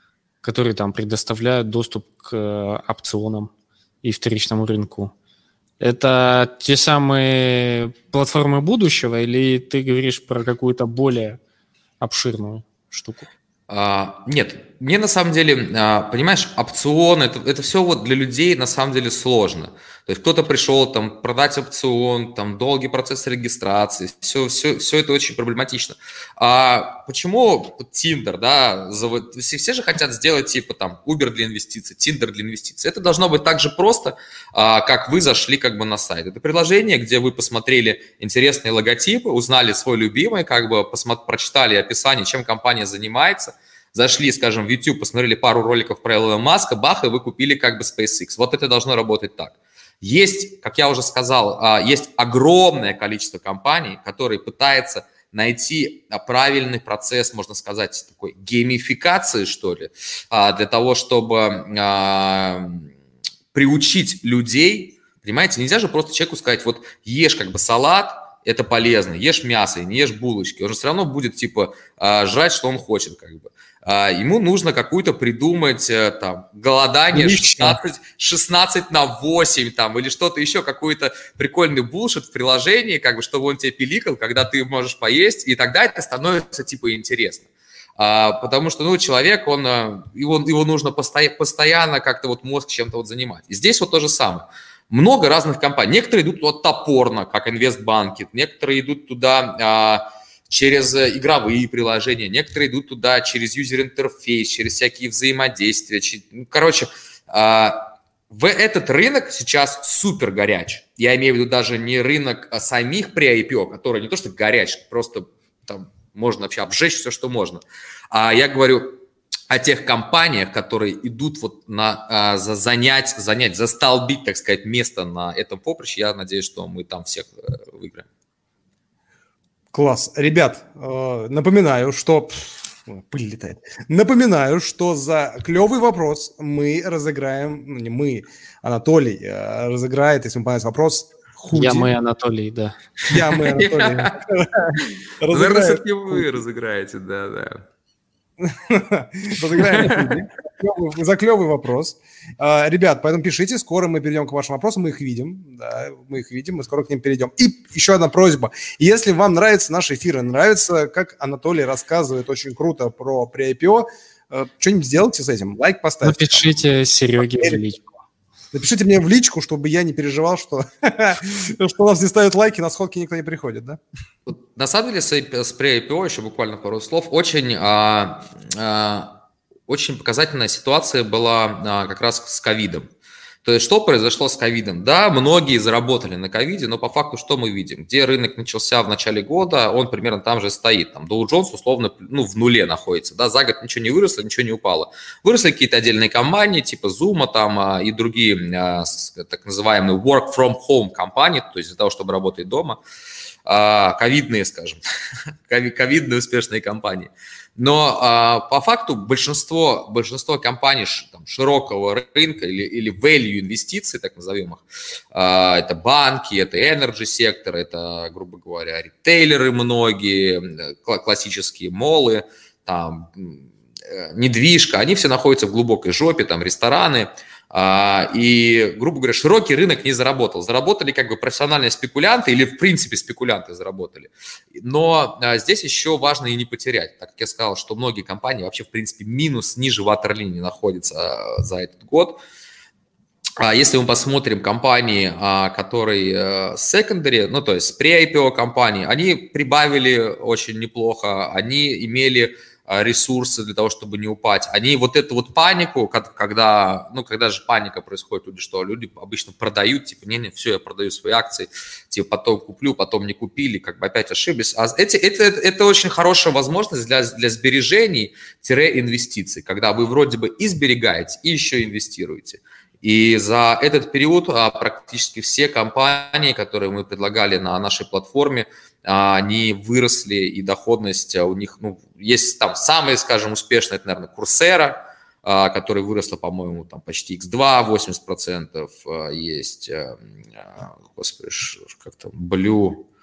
которые там предоставляют доступ к опционам и вторичному рынку. Это те самые платформы будущего, или ты говоришь про какую-то более обширную штуку? Нет, мне на самом деле, понимаешь, опцион, это все вот для людей на самом деле сложно. То есть кто-то пришел там продать опцион, там долгий процесс регистрации, все это очень проблематично. Почему Tinder, да, все же хотят сделать типа там Uber для инвестиций, Tinder для инвестиций. Это должно быть так же просто, как вы зашли как бы на сайт. Это приложение, где вы посмотрели интересные логотипы, узнали свой любимый, как бы прочитали описание, чем компания занимается, зашли, скажем, в YouTube, посмотрели пару роликов про Илона Маска, бах, и вы купили как бы SpaceX. Вот это должно работать так. Есть, как я уже сказал, есть огромное количество компаний, которые пытаются найти правильный процесс, можно сказать, такой геймификации, что ли, для того, чтобы приучить людей. Понимаете, нельзя же просто человеку сказать, вот ешь как бы салат, это полезно, ешь мясо, не ешь булочки. Он же все равно будет типа жрать, что он хочет как бы. Ему нужно какую-то придумать там голодание 16/8 там, или что-то еще, какой-то прикольный булшит в приложении, как бы, чтобы он тебе пиликал, когда ты можешь поесть, и тогда это становится типа интересно. Потому что, человек, его нужно постоянно как-то вот мозг чем-то вот занимать. И здесь вот то же самое. Много разных компаний. Некоторые идут туда топорно, как инвестбанки, некоторые идут туда через игровые приложения, некоторые идут туда через юзер-интерфейс, через всякие взаимодействия. Короче, в этот рынок сейчас супер горяч. Я имею в виду даже не рынок самих pre-IPO, который не то что горяч, просто там можно вообще обжечь все, что можно. Я говорю о тех компаниях, которые идут вот занять, застолбить, так сказать, место на этом поприще. Я надеюсь, что мы там всех выиграем. Класс. Ребят, напоминаю, что... Пыль летает. Напоминаю, что за клевый вопрос мы разыграем... Не мы, Анатолий разыграет, если вам понравится вопрос, худи. Мы, Анатолий, да. Мы, Анатолий. Наверное, все-таки вы разыграете, да. Разыграем за клевый вопрос. Ребят, поэтому пишите, скоро мы перейдем к вашим вопросам, мы их видим, мы скоро к ним перейдем. И еще одна просьба. Если вам нравятся наши эфиры, нравится, как Анатолий рассказывает очень круто про pre-IPO, что-нибудь сделайте с этим, лайк поставьте. Напишите Сереге в личку. Напишите мне в личку, чтобы я не переживал, что у нас не ставят лайки, на сходки никто не приходит, да? На самом деле, с pre-IPO, еще буквально пару слов, очень показательная ситуация была как раз с ковидом. То есть, что произошло с ковидом? Да, многие заработали на ковиде, но по факту что мы видим? Где рынок начался в начале года, он примерно там же стоит. Там Dow Jones условно в нуле находится. Да, за год ничего не выросло, ничего не упало. Выросли какие-то отдельные компании, типа Zoom там, и другие так называемые work from home компании, то есть для того, чтобы работать дома. Ковидные, скажем, ковидные успешные компании. Но по факту большинство компаний там, широкого рынка или value инвестиций, так назовем их, это банки, это energy сектор, это, грубо говоря, ритейлеры многие, классические моллы, там, недвижка, они все находятся в глубокой жопе, там рестораны. И, грубо говоря, широкий рынок не заработал. Заработали как бы профессиональные спекулянты или, в принципе, спекулянты заработали. Но здесь еще важно и не потерять. Так как я сказал, что многие компании вообще, в принципе, минус ниже ватерлинии находятся за этот год. Если мы посмотрим компании, которые secondary, то есть pre-IPO компании, они прибавили очень неплохо, они имели ресурсы для того, чтобы не упасть. Они вот эту вот панику, когда же паника происходит, люди обычно продают, типа, не, все, я продаю свои акции, типа, потом куплю, потом не купили, как бы опять ошиблись. Это очень хорошая возможность для сбережений-инвестиций, когда вы вроде бы и сберегаете, и еще инвестируете. И за этот период практически все компании, которые мы предлагали на нашей платформе, они выросли, и доходность у них, есть там самые, скажем, успешные, это, наверное, Coursera, которая выросла, по-моему, там почти X2, 80%, есть, господи, как там, Blue,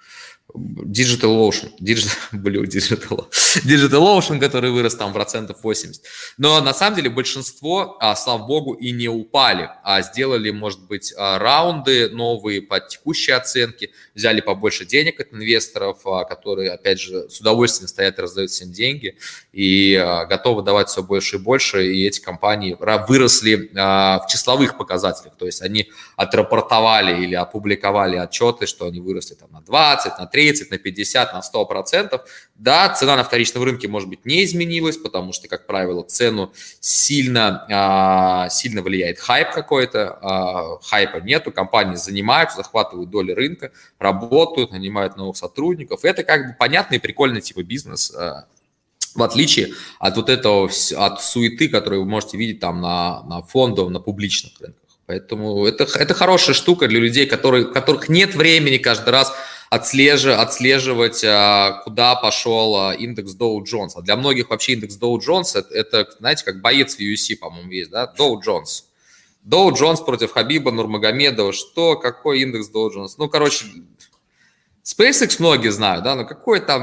DigitalOcean, который вырос там процентов 80. Но на самом деле большинство, слава богу, и не упали, а сделали, может быть, раунды новые по текущей оценке, взяли побольше денег от инвесторов, которые, опять же, с удовольствием стоят и раздают всем деньги, и готовы давать все больше и больше, и эти компании выросли в числовых показателях, то есть они отрапортовали или опубликовали отчеты, что они выросли там на 20, на 30, на 50, на 100%. Да, цена на вторичном рынке, может быть, не изменилась, потому что, как правило, цену сильно влияет хайп какой-то, хайпа нету, компании занимаются, захватывают доли рынка, работают, нанимают новых сотрудников. Это как бы понятный и прикольный типа бизнес, в отличие от вот этого, от суеты, которую вы можете видеть там на фондовом, на публичных рынках. Поэтому это хорошая штука для людей, у которых нет времени каждый раз отслеживать, куда пошел индекс Dow Jones. А для многих вообще индекс Dow Jones это, знаете, как боец в UFC, по-моему, есть, да? Dow Jones. Dow Jones против Хабиба Нурмагомедова. Что? Какой индекс Dow Jones? Ну, короче, SpaceX многие знают, да, но какой там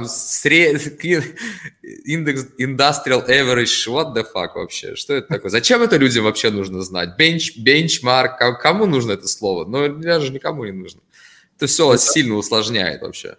индекс Industrial Average, what the fuck вообще, что это такое? Зачем это людям вообще нужно знать? Бенчмарк, кому нужно это слово? Ну, даже никому не нужно. Это все сильно усложняет вообще.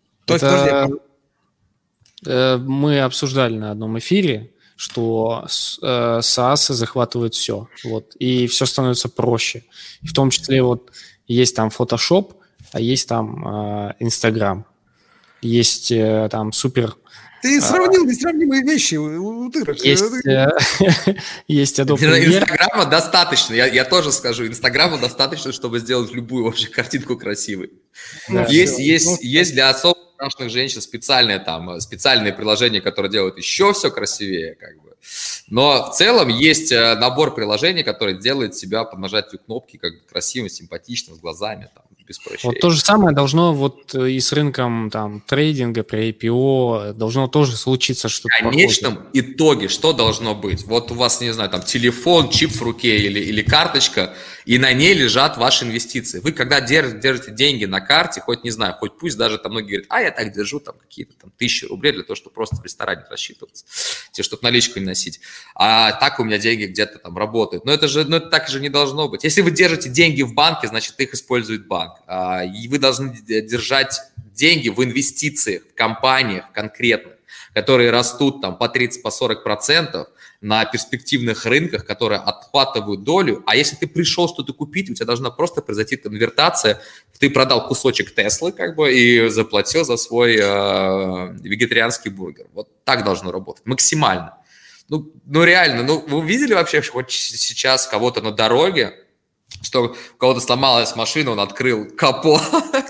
Мы обсуждали на одном эфире, что SaaS захватывают все, вот, и все становится проще. И в том числе вот есть там Photoshop, а есть там Instagram, есть там супер... Ты сравнил несравнимые вещи, утырок. Есть Adobe Premiere. Инстаграма достаточно, я тоже скажу, Инстаграма достаточно, чтобы сделать любую вообще картинку красивой. Да, есть для особо страшных женщин специальные приложения, которые делают еще все красивее, как бы. Но в целом есть набор приложений, который делает себя по нажатию кнопки как бы красивым, симпатичным, с глазами, там, без прощения. Вот то же самое должно вот и с рынком там трейдинга при IPO должно тоже случиться что-то. В конечном итоге что должно быть? Вот у вас, не знаю, там телефон, чип в руке или карточка, и на ней лежат ваши инвестиции. Вы когда держите деньги на карте, хоть не знаю, хоть пусть даже там многие говорят, я так держу там какие-то там 1000 рублей для того, чтобы просто в ресторане рассчитываться, чтобы наличку не носить. А так у меня деньги где-то там работают. Но это так же не должно быть. Если вы держите деньги в банке, значит, их использует банк. И вы должны держать деньги в инвестициях, в компаниях конкретных, которые растут там по 30-40% на перспективных рынках, которые отхватывают долю. А если ты пришел что-то купить, у тебя должна просто произойти конвертация. Ты продал кусочек Теслы как бы и заплатил за свой вегетарианский бургер. Вот так должно работать максимально. Ну реально, вы видели вообще хоть сейчас кого-то на дороге, что у кого-то сломалась машина, он открыл капот,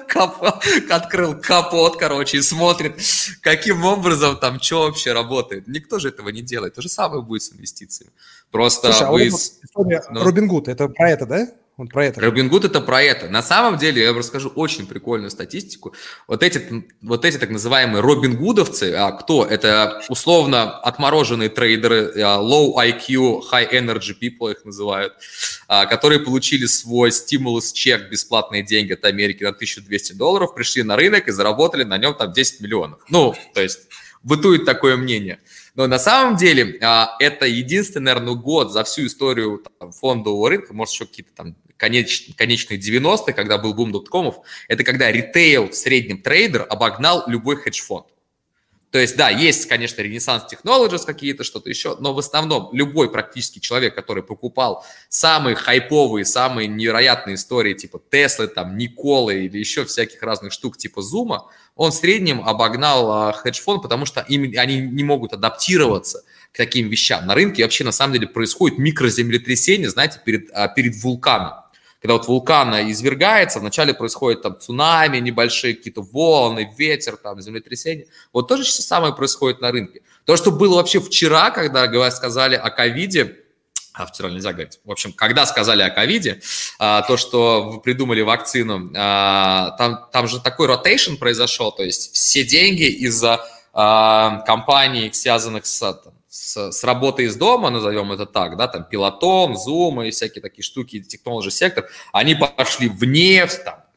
короче, и смотрит, каким образом там что вообще работает. Никто же этого не делает. То же самое будет с инвестициями. Просто слушай, история Robinhood, это про это, да? Robinhood это про это. На самом деле, я вам расскажу очень прикольную статистику. Вот эти так называемые робингудовцы, кто? Это условно отмороженные трейдеры, low IQ, high energy people их называют, которые получили свой стимулус-чек, бесплатные деньги от Америки на $1200, пришли на рынок и заработали на нем там 10 миллионов. Ну, то есть бытует такое мнение. Но на самом деле это единственный, наверное, год за всю историю там, фондового рынка, может, еще какие-то там конечные 90-е, когда был бум доткомов, это когда ритейл в среднем трейдер обогнал любой хедж-фонд. То есть, да, есть, конечно, Renaissance Technologies какие-то, что-то еще, но в основном любой практически человек, который покупал самые хайповые, самые невероятные истории типа Теслы, там, Николы или еще всяких разных штук типа Зума, он в среднем обогнал хедж-фонд, потому что они не могут адаптироваться к таким вещам. На рынке вообще на самом деле происходит микроземлетрясение, знаете, перед вулканом. Когда вот вулкан извергается, вначале происходит там цунами, небольшие какие-то волны, ветер, там, землетрясение. Вот то же самое происходит на рынке. То, что было вообще вчера, когда сказали о ковиде, вчера нельзя говорить, в общем, когда сказали о ковиде, то, что вы придумали вакцину, там же такой ротейшн произошел, то есть все деньги из-за компаний, связанных с работой из дома, назовем это так, да, там Peloton, Zoom и всякие такие штуки, технологий сектор, они пошли в нефть, там,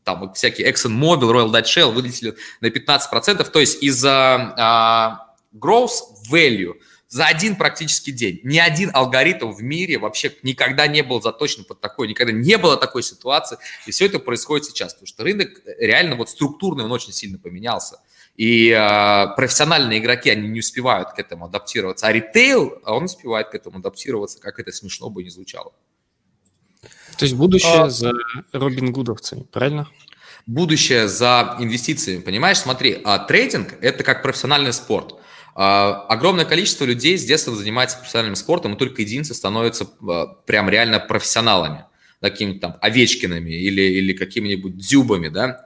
там вот всякие ExxonMobil, Royal Dutch Shell вылетели на 15%, то есть из-за growth value за один практически день. Ни один алгоритм в мире вообще никогда не был заточен под такой, никогда не было такой ситуации, и все это происходит сейчас, потому что рынок реально вот структурный, он очень сильно поменялся. И профессиональные игроки, они не успевают к этому адаптироваться, а ритейл, он успевает к этому адаптироваться, как это смешно бы не звучало. То есть будущее за робингудовцами, правильно? Будущее за инвестициями, понимаешь? Смотри, трейдинг – это как профессиональный спорт. Огромное количество людей с детства занимается профессиональным спортом, и только единицы становятся прям реально профессионалами, какими-то там Овечкинами или какими-нибудь Дзюбами, да?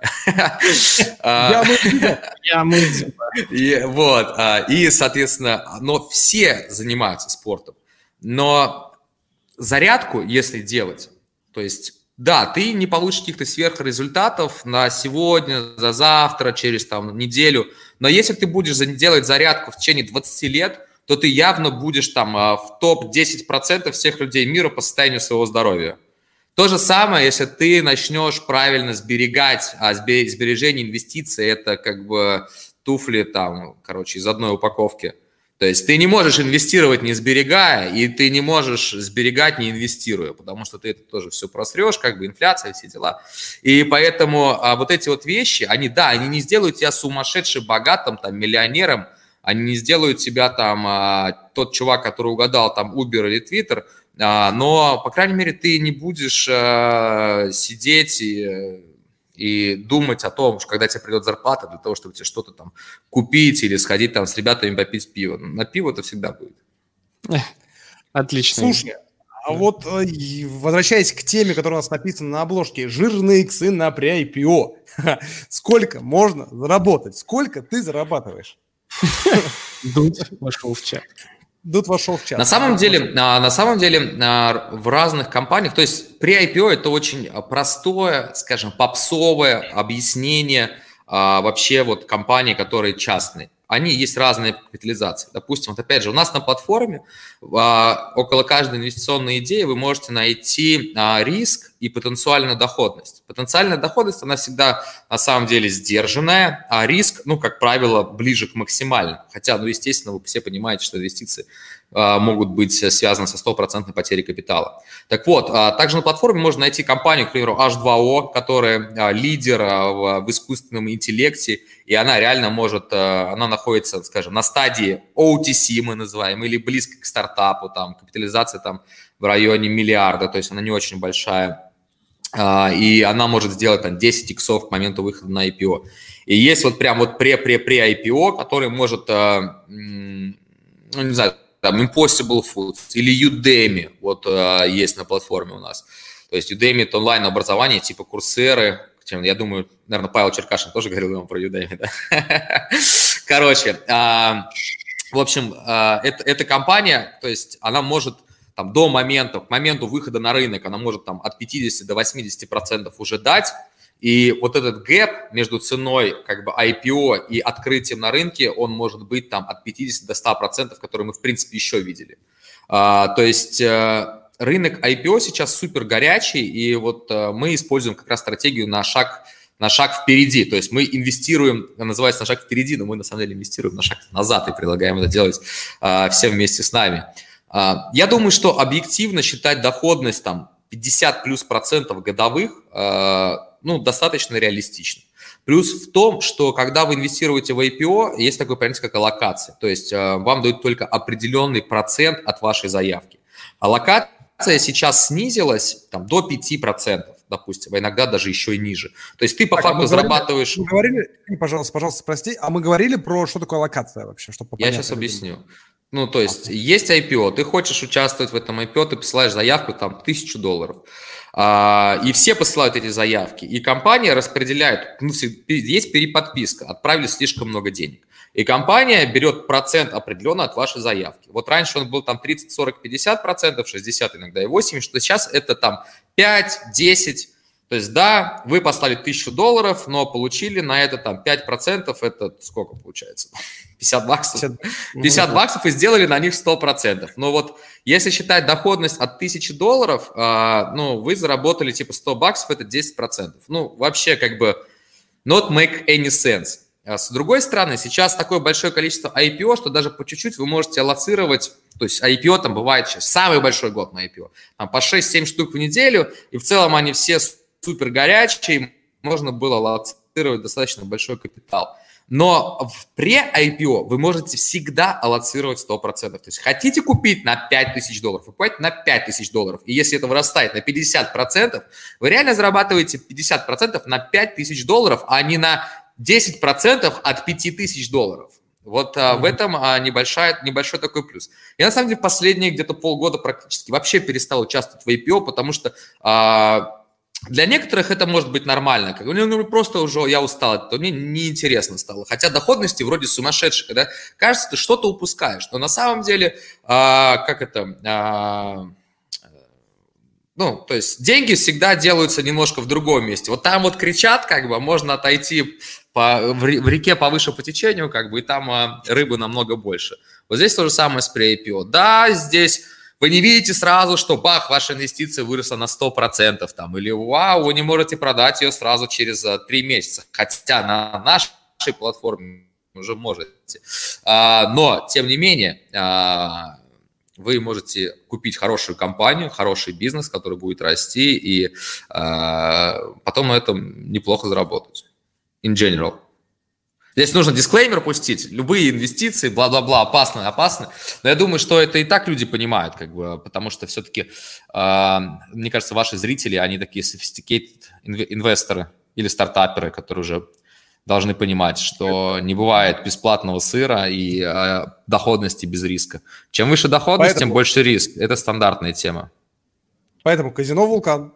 Вот, и, соответственно, но все занимаются спортом, но зарядку, если делать, то есть, да, ты не получишь каких-то сверхрезультатов на сегодня, за завтра, через там неделю, но если ты будешь делать зарядку в течение 20 лет, то ты явно будешь там в топ-10% всех людей мира по состоянию своего здоровья. То же самое, если ты начнешь правильно сберегать, а сбережение инвестиций – это как бы туфли там, короче, из одной упаковки. То есть ты не можешь инвестировать, не сберегая, и ты не можешь сберегать, не инвестируя, потому что ты это тоже все просрешь, как бы инфляция, все дела. И поэтому вот эти вот вещи, они не сделают тебя сумасшедшим богатым, там, миллионером, они не сделают тебя там тот чувак, который угадал там Uber или Twitter, но, по крайней мере, ты не будешь сидеть и думать о том, что когда тебе придет зарплата, для того, чтобы тебе что-то там купить или сходить там с ребятами попить пиво. На пиво это всегда будет. Отлично. Слушай, а вот возвращаясь к теме, которая у нас написана на обложке, жирные иксы на pre-IPO. Сколько можно заработать? Сколько ты зарабатываешь? Дудь вошел в чат. Дудь вошел в чат. На самом деле, в разных компаниях, то есть pre-IPO это очень простое, скажем, попсовое объяснение вообще вот компаний, которые частные. Они есть разные капитализации. Допустим, вот опять же, у нас на платформе около каждой инвестиционной идеи вы можете найти риск и потенциальную доходность. Потенциальная доходность, она всегда на самом деле сдержанная, а риск, как правило, ближе к максимальному. Хотя, естественно, вы все понимаете, что инвестиции могут быть связаны со 100% потерей капитала. Так вот, также на платформе можно найти компанию, к примеру, H2O, которая лидер в искусственном интеллекте, и она реально может, она находится, скажем, на стадии OTC, мы называем, или близко к стартапу, там, капитализация там в районе миллиарда, то есть она не очень большая, и она может сделать там 10 иксов к моменту выхода на IPO. И есть вот прям вот pre-IPO, который может, не знаю, там Impossible Foods или Udemy, вот есть на платформе у нас. То есть Udemy – это онлайн-образование типа Курсеры. Я думаю, наверное, Павел Черкашин тоже говорил вам про Udemy, да? Короче, в общем, эта компания, то есть она может там к моменту выхода на рынок, она может там от 50 до 80% уже дать. И вот этот гэп между ценой как бы IPO и открытием на рынке, он может быть там от 50 до 100%, которые мы в принципе еще видели. То есть рынок IPO сейчас супер горячий, и вот мы используем как раз стратегию на шаг впереди. То есть мы инвестируем, называется на шаг впереди, но мы на самом деле инвестируем на шаг назад и предлагаем это делать всем вместе с нами. Я думаю, что объективно считать доходность там 50 плюс процентов годовых, достаточно реалистично. Плюс в том, что когда вы инвестируете в IPO, есть такое понятие, как аллокация. То есть вам дают только определенный процент от вашей заявки. Аллокация сейчас снизилась там, до 5%, допустим, а иногда даже еще и ниже. То есть ты по факту зарабатываешь... Мы говорили, пожалуйста, прости, а мы говорили про что такое аллокация вообще? Я сейчас объясню. То есть есть IPO, ты хочешь участвовать в этом IPO, ты посылаешь заявку, там, $1000. И все посылают эти заявки. И компания распределяет, есть переподписка, отправили слишком много денег. И компания берет процент определенно от вашей заявки. Вот раньше он был там 30, 40, 50%, 60 иногда и 80%, что сейчас это там 5, 10, То есть, да, вы поставили $1000, но получили на это там 5%, это сколько получается? 50 баксов? 50 баксов и сделали на них 100%. Но вот если считать доходность от $1000, ну, вы заработали типа 100 баксов, это 10%. Ну, вообще как бы not make any sense. С другой стороны, сейчас такое большое количество IPO, что даже по чуть-чуть вы можете аллоцировать, то есть IPO там бывает сейчас самый большой год на IPO, там по 6-7 штук в неделю, и в целом они все супер горячие, можно было аллоцировать достаточно большой капитал. Но в пре-IPO вы можете всегда аллоцировать 100%. То есть хотите купить на $5000, вы покупаете на $5000. И если это вырастает на 50%, вы реально зарабатываете 50% на $5000, а не на 10% от $5000. Вот в этом небольшой такой плюс. Я, на самом деле, последние где-то полгода практически вообще перестал участвовать в IPO, потому что для некоторых это может быть нормально. Ну, просто уже я устал, то мне неинтересно стало. Хотя доходности вроде сумасшедшие, когда кажется, ты что-то упускаешь. Но на самом деле, ну, то есть деньги всегда делаются немножко в другом месте. Вот там вот кричат, как бы, можно отойти в реке повыше по течению, как бы, и там рыбы намного больше. Вот здесь то же самое с pre-IPO. Да, здесь вы не видите сразу, что бах, ваша инвестиция выросла на 100%, там, или вау, вы не можете продать ее сразу через 3 месяца, хотя на нашей платформе уже можете. Но, тем не менее, вы можете купить хорошую компанию, хороший бизнес, который будет расти, и потом на этом неплохо заработать. In general. Здесь нужно дисклеймер пустить. Любые инвестиции, бла-бла-бла, опасны. Но я думаю, что это и так люди понимают, как бы, потому что все-таки, мне кажется, ваши зрители, они такие sophisticated инвесторы или стартаперы, которые уже должны понимать, что не бывает бесплатного сыра и доходности без риска. Чем выше доходность, тем больше риск. Это стандартная тема. Поэтому казино «Вулкан».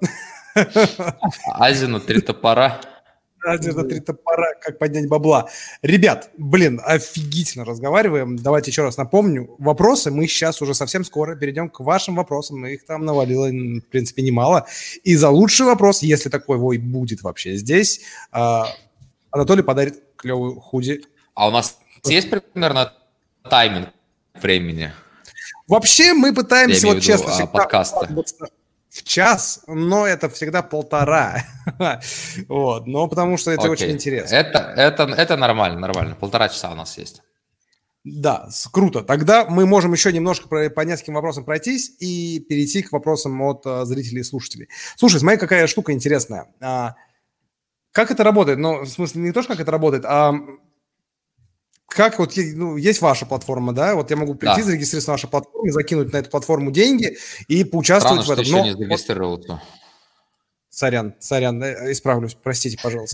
Азину 3 топора. Азину 3 топора, как поднять бабла. Ребят, блин, офигительно разговариваем. Давайте еще раз напомню. Вопросы мы сейчас уже совсем скоро перейдем к вашим вопросам. Их там навалило, в принципе, немало. И за лучший вопрос, если такой вой будет вообще здесь, Анатолий подарит клевую худи. А у нас есть примерно тайминг времени? Вообще мы пытаемся, вот честно, всегда подкаста в час, но это всегда 1,5. Вот, но потому что это очень интересно. Это нормально. 1,5 часа у нас есть. Да, круто. Тогда мы можем еще немножко по нескольким вопросам пройтись и перейти к вопросам от зрителей и слушателей. Слушай, смотри, какая штука интересная. Как это работает? Ну, в смысле, не то, что как это работает, а как вот, ну, есть ваша платформа, да? Вот я могу прийти, зарегистрироваться на вашей платформе, закинуть на эту платформу деньги и поучаствовать в этом. Странно, что еще не зарегистрировался. Сорян, исправлюсь, простите, пожалуйста.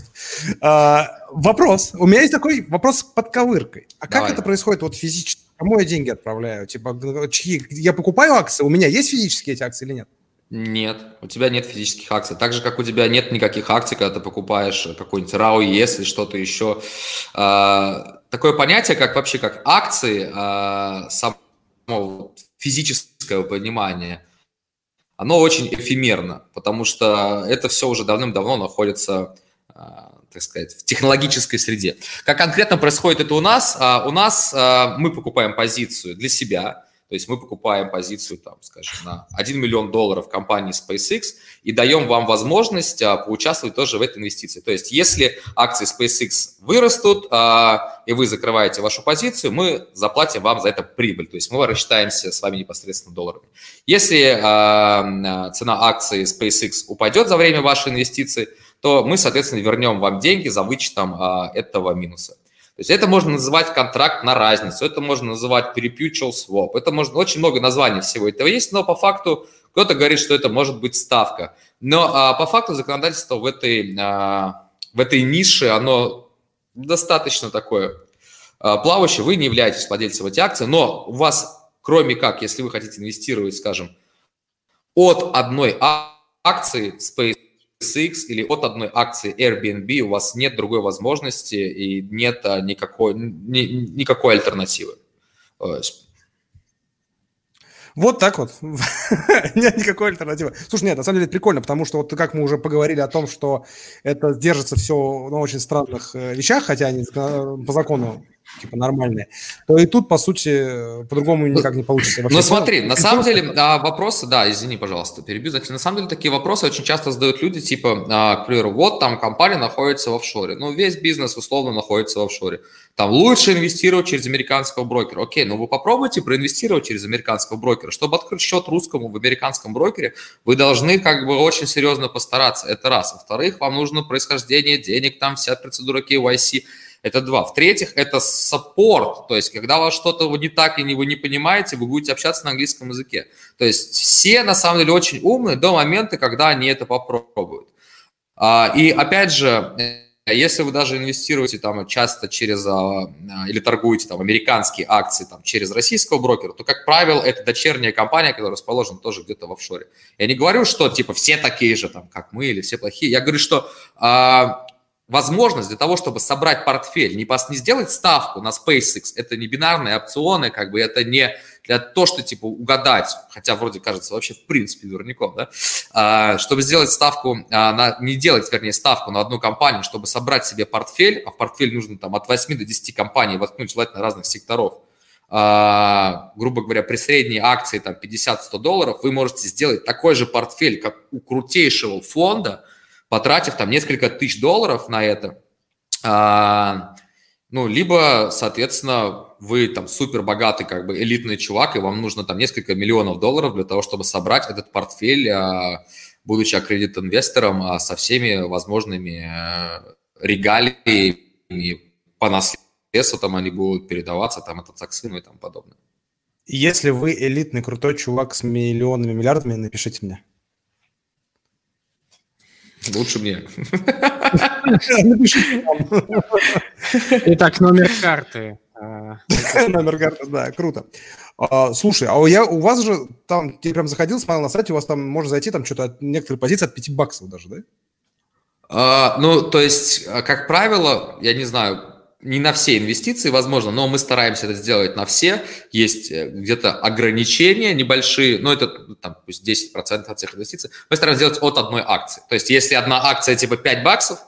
Вопрос. У меня есть такой вопрос с подковыркой. А как это происходит вот физически? Кому я деньги отправляю? Типа, я покупаю акции, у меня есть физические эти акции или нет? Нет, у тебя нет физических акций. Так же, как у тебя нет никаких акций, когда ты покупаешь какой-нибудь RAW ES или что-то еще. Такое понятие, как вообще как акции, само физическое понимание, оно очень эфемерно, потому что это все уже давным-давно находится, так сказать, в технологической среде. Как конкретно происходит это у нас? У нас мы покупаем позицию для себя. То есть мы покупаем позицию, там, скажем, на $1 миллион компании SpaceX и даем вам возможность поучаствовать тоже в этой инвестиции. То есть если акции SpaceX вырастут, и вы закрываете вашу позицию, мы заплатим вам за это прибыль. То есть мы рассчитаемся с вами непосредственно долларами. Если цена акций SpaceX упадет за время вашей инвестиции, то мы, соответственно, вернем вам деньги за вычетом этого минуса. То есть это можно называть контракт на разницу, это можно называть perpetual swap, это можно, очень много названий всего этого есть, но по факту кто-то говорит, что это может быть ставка. Но по факту законодательство в этой нише, оно достаточно такое плавающее, вы не являетесь владельцем этих акций, но у вас, кроме как, если вы хотите инвестировать, скажем, от одной акции SpaceX или от одной акции Airbnb, у вас нет другой возможности и нет никакой альтернативы. Вот так вот. Нет никакой альтернативы. Слушай, нет, на самом деле это прикольно, потому что вот как мы уже поговорили о том, что это держится все на очень странных вещах, хотя они по закону типа нормальные, то и тут, по сути, по-другому никак не получится. Ну смотри, на самом деле вопросы, да, извини, пожалуйста, перебью. Значит, на самом деле такие вопросы очень часто задают люди, типа, к примеру, вот там компания находится в офшоре, ну весь бизнес условно находится в офшоре. Там лучше инвестировать через американского брокера. Окей, ну вы попробуйте проинвестировать через американского брокера. Чтобы открыть счет русскому в американском брокере, вы должны как бы очень серьезно постараться. Это раз. Во-вторых, вам нужно происхождение денег, там вся процедура KYC. Это два. В-третьих, это саппорт. То есть, когда у вас что-то не так и вы не понимаете, вы будете общаться на английском языке. То есть, все на самом деле очень умные до момента, когда они это попробуют. И опять же, если вы даже инвестируете там часто через или торгуете там американские акции там через российского брокера, то, как правило, это дочерняя компания, которая расположена тоже где-то в офшоре. Я не говорю, что типа все такие же, там, как мы, или все плохие. Я говорю, что возможность для того, чтобы собрать портфель, не сделать ставку на SpaceX, это не бинарные опционы, как бы это не для того, что типа угадать, хотя вроде кажется вообще в принципе дурником, да, чтобы сделать ставку, не делать, вернее, ставку на одну компанию, чтобы собрать себе портфель, а в портфель нужно там от 8 до 10 компаний воткнуть, желательно разных секторов, грубо говоря, при средней акции там 50-100 долларов, вы можете сделать такой же портфель, как у крутейшего фонда, потратив там несколько тысяч долларов на это, ну, либо, соответственно, вы там супер богатый, как бы элитный чувак, и вам нужно там несколько миллионов долларов для того, чтобы собрать этот портфель, будучи аккредит-инвестором, со всеми возможными регалиями по наследству, там они будут передаваться, там это саксыну и тому подобное. Если вы элитный крутой чувак с миллионами, миллиардами, напишите мне. Лучше мне. Итак, номер карты. Номер карты, да, круто. Слушай, у вас же там, ты прям заходил, смотрел на сайте, у вас там можно зайти, там что-то от некоторые позиции от $5 даже, да? Ну, то есть, как правило, я не знаю, не на все инвестиции, возможно, но мы стараемся это сделать на все. Есть где-то ограничения небольшие, но это там, пусть 10% от всех инвестиций. Мы стараемся сделать от одной акции. То есть, если одна акция типа $5,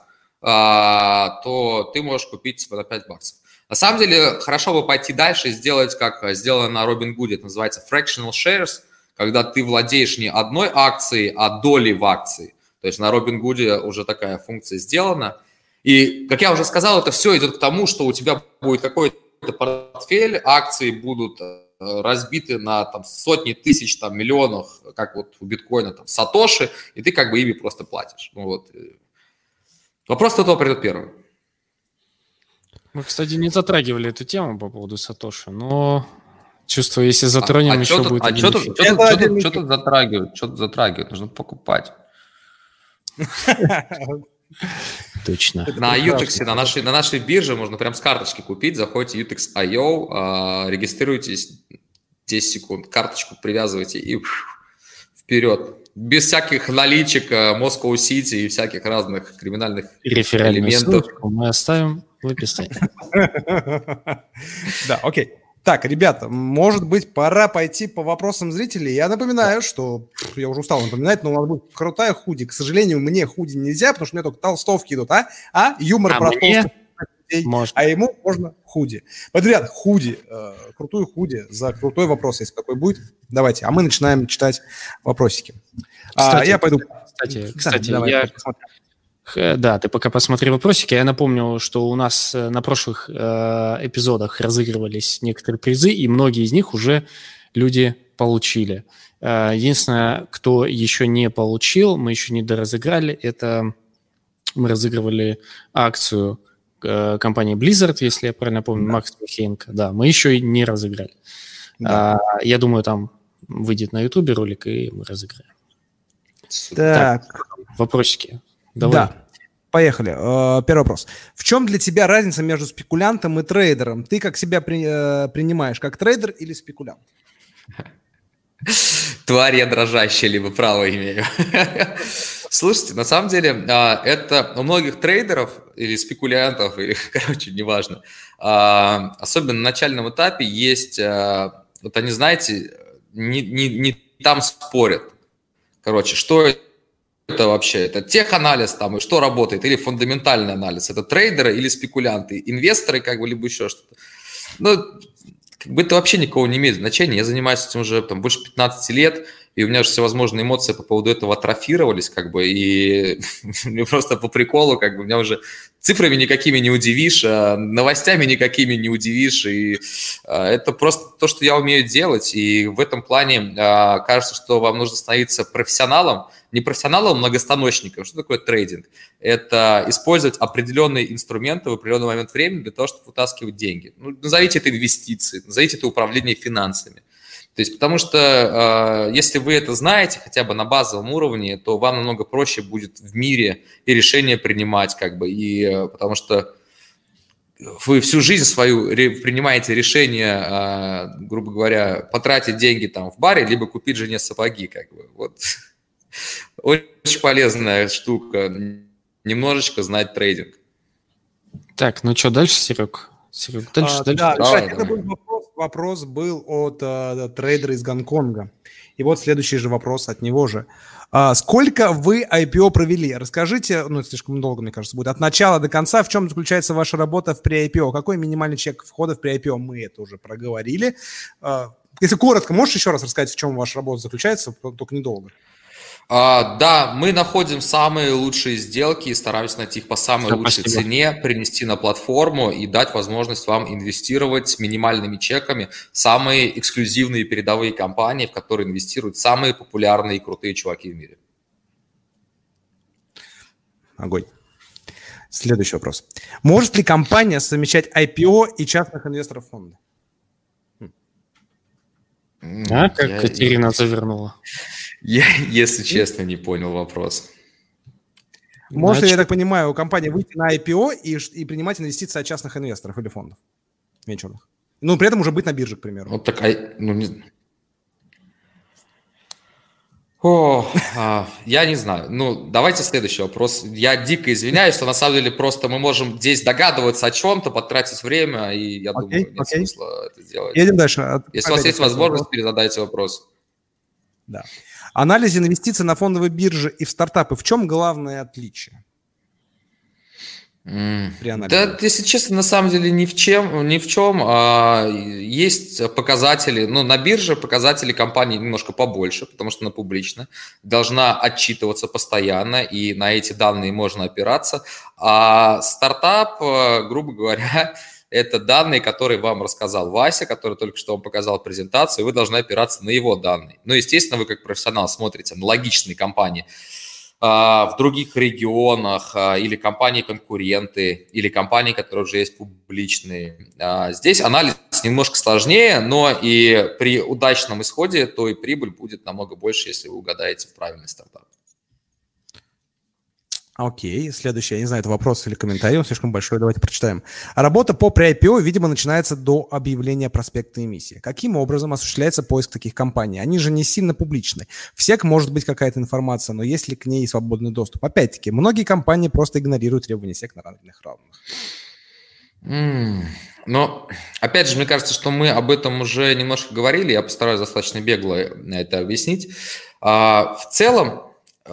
то ты можешь купить типа на $5. На самом деле, хорошо бы пойти дальше и сделать, как сделано на Robinhood, это называется fractional shares, когда ты владеешь не одной акцией, а долей в акции. То есть на Robinhood уже такая функция сделана. И, как я уже сказал, это все идет к тому, что у тебя будет какой-то портфель, акции будут разбиты на там, сотни тысяч, там, миллионов, как вот у биткоина, там, сатоши, и ты как бы ими просто платишь. Ну, вот. Вопрос от этого придет первым. Мы, кстати, не затрагивали эту тему по поводу сатоши, но чувствую, если затронем, еще будет... Что тут затрагивать? Что тут затрагивать? Нужно покупать. Точно. На Utex, на нашей бирже можно прям с карточки купить. Заходите в Utex.io, регистрируйтесь 10 секунд, карточку привязывайте и вперед. Без всяких наличек Moscow City и всяких разных криминальных элементов. Мы оставим в описании. Да, окей. Так, ребята, может быть, пора пойти по вопросам зрителей. Я напоминаю, что я уже устал напоминать, но у нас будет крутая худи. К сожалению, мне худи нельзя, потому что мне только толстовки идут, юмор про толстых людей, а ему можно худи. Поэтому, ребят, худи, крутую худи за крутой вопрос, если такой будет. Давайте, а мы начинаем читать вопросики. Кстати, я пойду. Кстати, давай, да, ты пока посмотри вопросики. Я напомню, что у нас на прошлых эпизодах разыгрывались некоторые призы, и многие из них уже люди получили. Единственное, кто еще не получил, мы еще не доразыграли, это мы разыгрывали акцию компании Blizzard, если я правильно помню, Макс Михеенко. Да, мы еще и не разыграли. Да. Я думаю, там выйдет на Ютубе ролик, и мы разыграем. Так, вопросики. Давай. Да, поехали. Первый вопрос. В чем для тебя разница между спекулянтом и трейдером? Ты как себя принимаешь, как трейдер или спекулянт? Тварь я дрожащая, либо право имею. Слушайте, на самом деле, это у многих трейдеров или спекулянтов, или, короче, неважно, особенно на начальном этапе есть, вот они, знаете, не там спорят. Короче, что это вообще? Это теханализ там, и что работает? Или фундаментальный анализ? Это трейдеры или спекулянты? Инвесторы, как бы, либо еще что-то. Ну, как бы это вообще никого не имеет значения. Я занимаюсь этим уже там больше 15 лет, и у меня же всевозможные эмоции по поводу этого атрофировались, как бы, и мне просто по приколу, как бы, меня уже цифрами никакими не удивишь, новостями никакими не удивишь, и это просто то, что я умею делать, и в этом плане кажется, что вам нужно становиться профессионалом, не профессионалом, а многостаночником. Что такое трейдинг? Это использовать определенные инструменты в определенный момент времени для того, чтобы вытаскивать деньги. Ну, назовите это инвестиции, назовите это управление финансами. То есть, потому что если вы это знаете хотя бы на базовом уровне, то вам намного проще будет в мире и решения принимать, как бы, и потому что вы всю жизнь свою принимаете решение, грубо говоря, потратить деньги там в баре, либо купить жене сапоги, как бы, вот. Очень полезная штука, немножечко знать трейдинг. Так, ну что, дальше, Серег? Серег, дальше. Да, Давай, это был вопрос был от трейдера из Гонконга. И вот следующий же вопрос от него же. Сколько вы IPO провели? Расскажите, ну, это слишком долго, мне кажется, будет, от начала до конца, в чем заключается ваша работа в pre-IPO? Какой минимальный чек входа в pre-IPO? Мы это уже проговорили. Если коротко, можешь еще раз рассказать, в чем ваша работа заключается, только недолго? Да, мы находим самые лучшие сделки и стараемся найти их по самой лучшей цене, принести на платформу и дать возможность вам инвестировать минимальными чеками в самые эксклюзивные передовые компании, в которые инвестируют самые популярные и крутые чуваки в мире. Огонь. Следующий вопрос. Может ли компания совмещать IPO и частных инвесторов фонда? Как Катерина завернула. Я, если честно, не понял вопрос. Может ли, я так понимаю, у компании выйти на IPO и принимать инвестиции от частных инвесторов или фондов венчурных? Ну, при этом уже быть на бирже, к примеру. Вот такая, я не знаю. Ну, давайте следующий вопрос. Я дико извиняюсь, что на самом деле просто мы можем здесь догадываться о чем-то, потратить время, и я думаю, нет смысла это делать. Едем дальше. Если у вас есть возможность, перезадайте вопрос. Да. Анализ инвестиций на фондовой бирже и в стартапы. В чем главное отличие? Да, если честно, на самом деле ни в чем. Есть показатели, ну, на бирже показатели компании немножко побольше, потому что она публична, должна отчитываться постоянно, и на эти данные можно опираться. А стартап, грубо говоря, это данные, которые вам рассказал Вася, который только что вам показал презентацию, и вы должны опираться на его данные. Ну, естественно, вы как профессионал смотрите на логичные компании в других регионах, или компании-конкуренты, или компании, которые уже есть публичные. Здесь анализ немножко сложнее, но и при удачном исходе, то и прибыль будет намного больше, если вы угадаете в правильный стартап. Окей, следующий, я не знаю, это вопрос или комментарий, он слишком большой, давайте прочитаем. Работа по pre-IPO, видимо, начинается до объявления проспекта эмиссии. Каким образом осуществляется поиск таких компаний? Они же не сильно публичны. В СЕК может быть какая-то информация, но есть ли к ней свободный доступ? Опять-таки, многие компании просто игнорируют требования СЕК на равных равных. Но, опять же, мне кажется, что мы об этом уже немножко говорили, я постараюсь достаточно бегло это объяснить. В целом,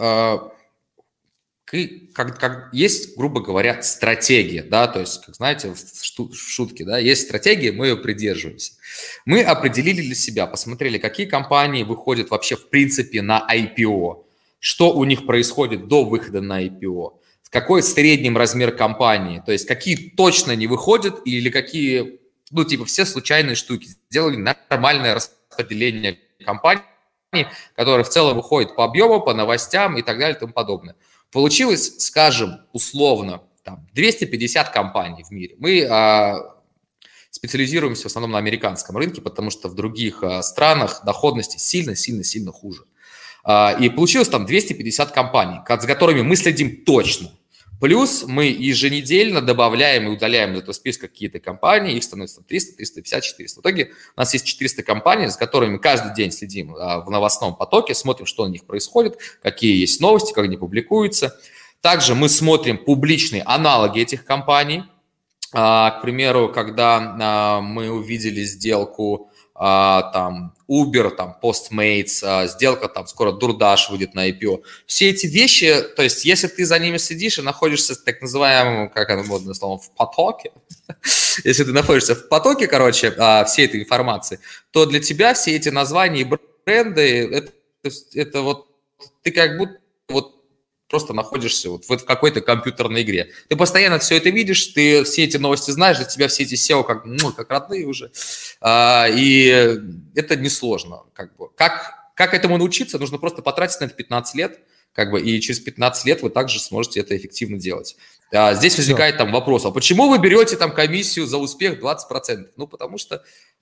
как есть, грубо говоря, стратегия, да, то есть, как знаете, в шутке, да, есть стратегия, мы ее придерживаемся. Мы определили для себя, посмотрели, какие компании выходят вообще в принципе на IPO, что у них происходит до выхода на IPO, какой средний размер компании, то есть какие точно не выходят или какие, ну, типа все случайные штуки. Сделали нормальное распределение компаний, которые в целом выходят по объему, по новостям и так далее и тому подобное. Получилось, скажем, условно, там, 250 компаний в мире. Мы специализируемся в основном на американском рынке, потому что в других странах доходности сильно-сильно-сильно хуже. И получилось там 250 компаний, за которыми мы следим точно. Плюс мы еженедельно добавляем и удаляем из этого списка какие-то компании, их становится 300, 350, 400. В итоге у нас есть 400 компаний, с которыми мы каждый день следим в новостном потоке, смотрим, что у них происходит, какие есть новости, как они публикуются. Также мы смотрим публичные аналоги этих компаний. К примеру, когда мы увидели сделку там Uber, там Postmates, сделка там скоро DoorDash выйдет на IPO. Все эти вещи, то есть если ты за ними следишь и находишься в так называемом, как оно модное слово, в потоке, если ты находишься в потоке, короче, всей этой информации, то для тебя все эти названия и бренды, это вот ты как будто вот просто находишься вот в какой-то компьютерной игре. Ты постоянно все это видишь, ты все эти новости знаешь, для тебя все эти SEO как родные уже. И это несложно. Как этому научиться? Нужно просто потратить на это 15 лет, и через 15 лет вы также сможете это эффективно делать. Здесь возникает там вопрос, а почему вы берете там комиссию за успех 20%? Ну, потому что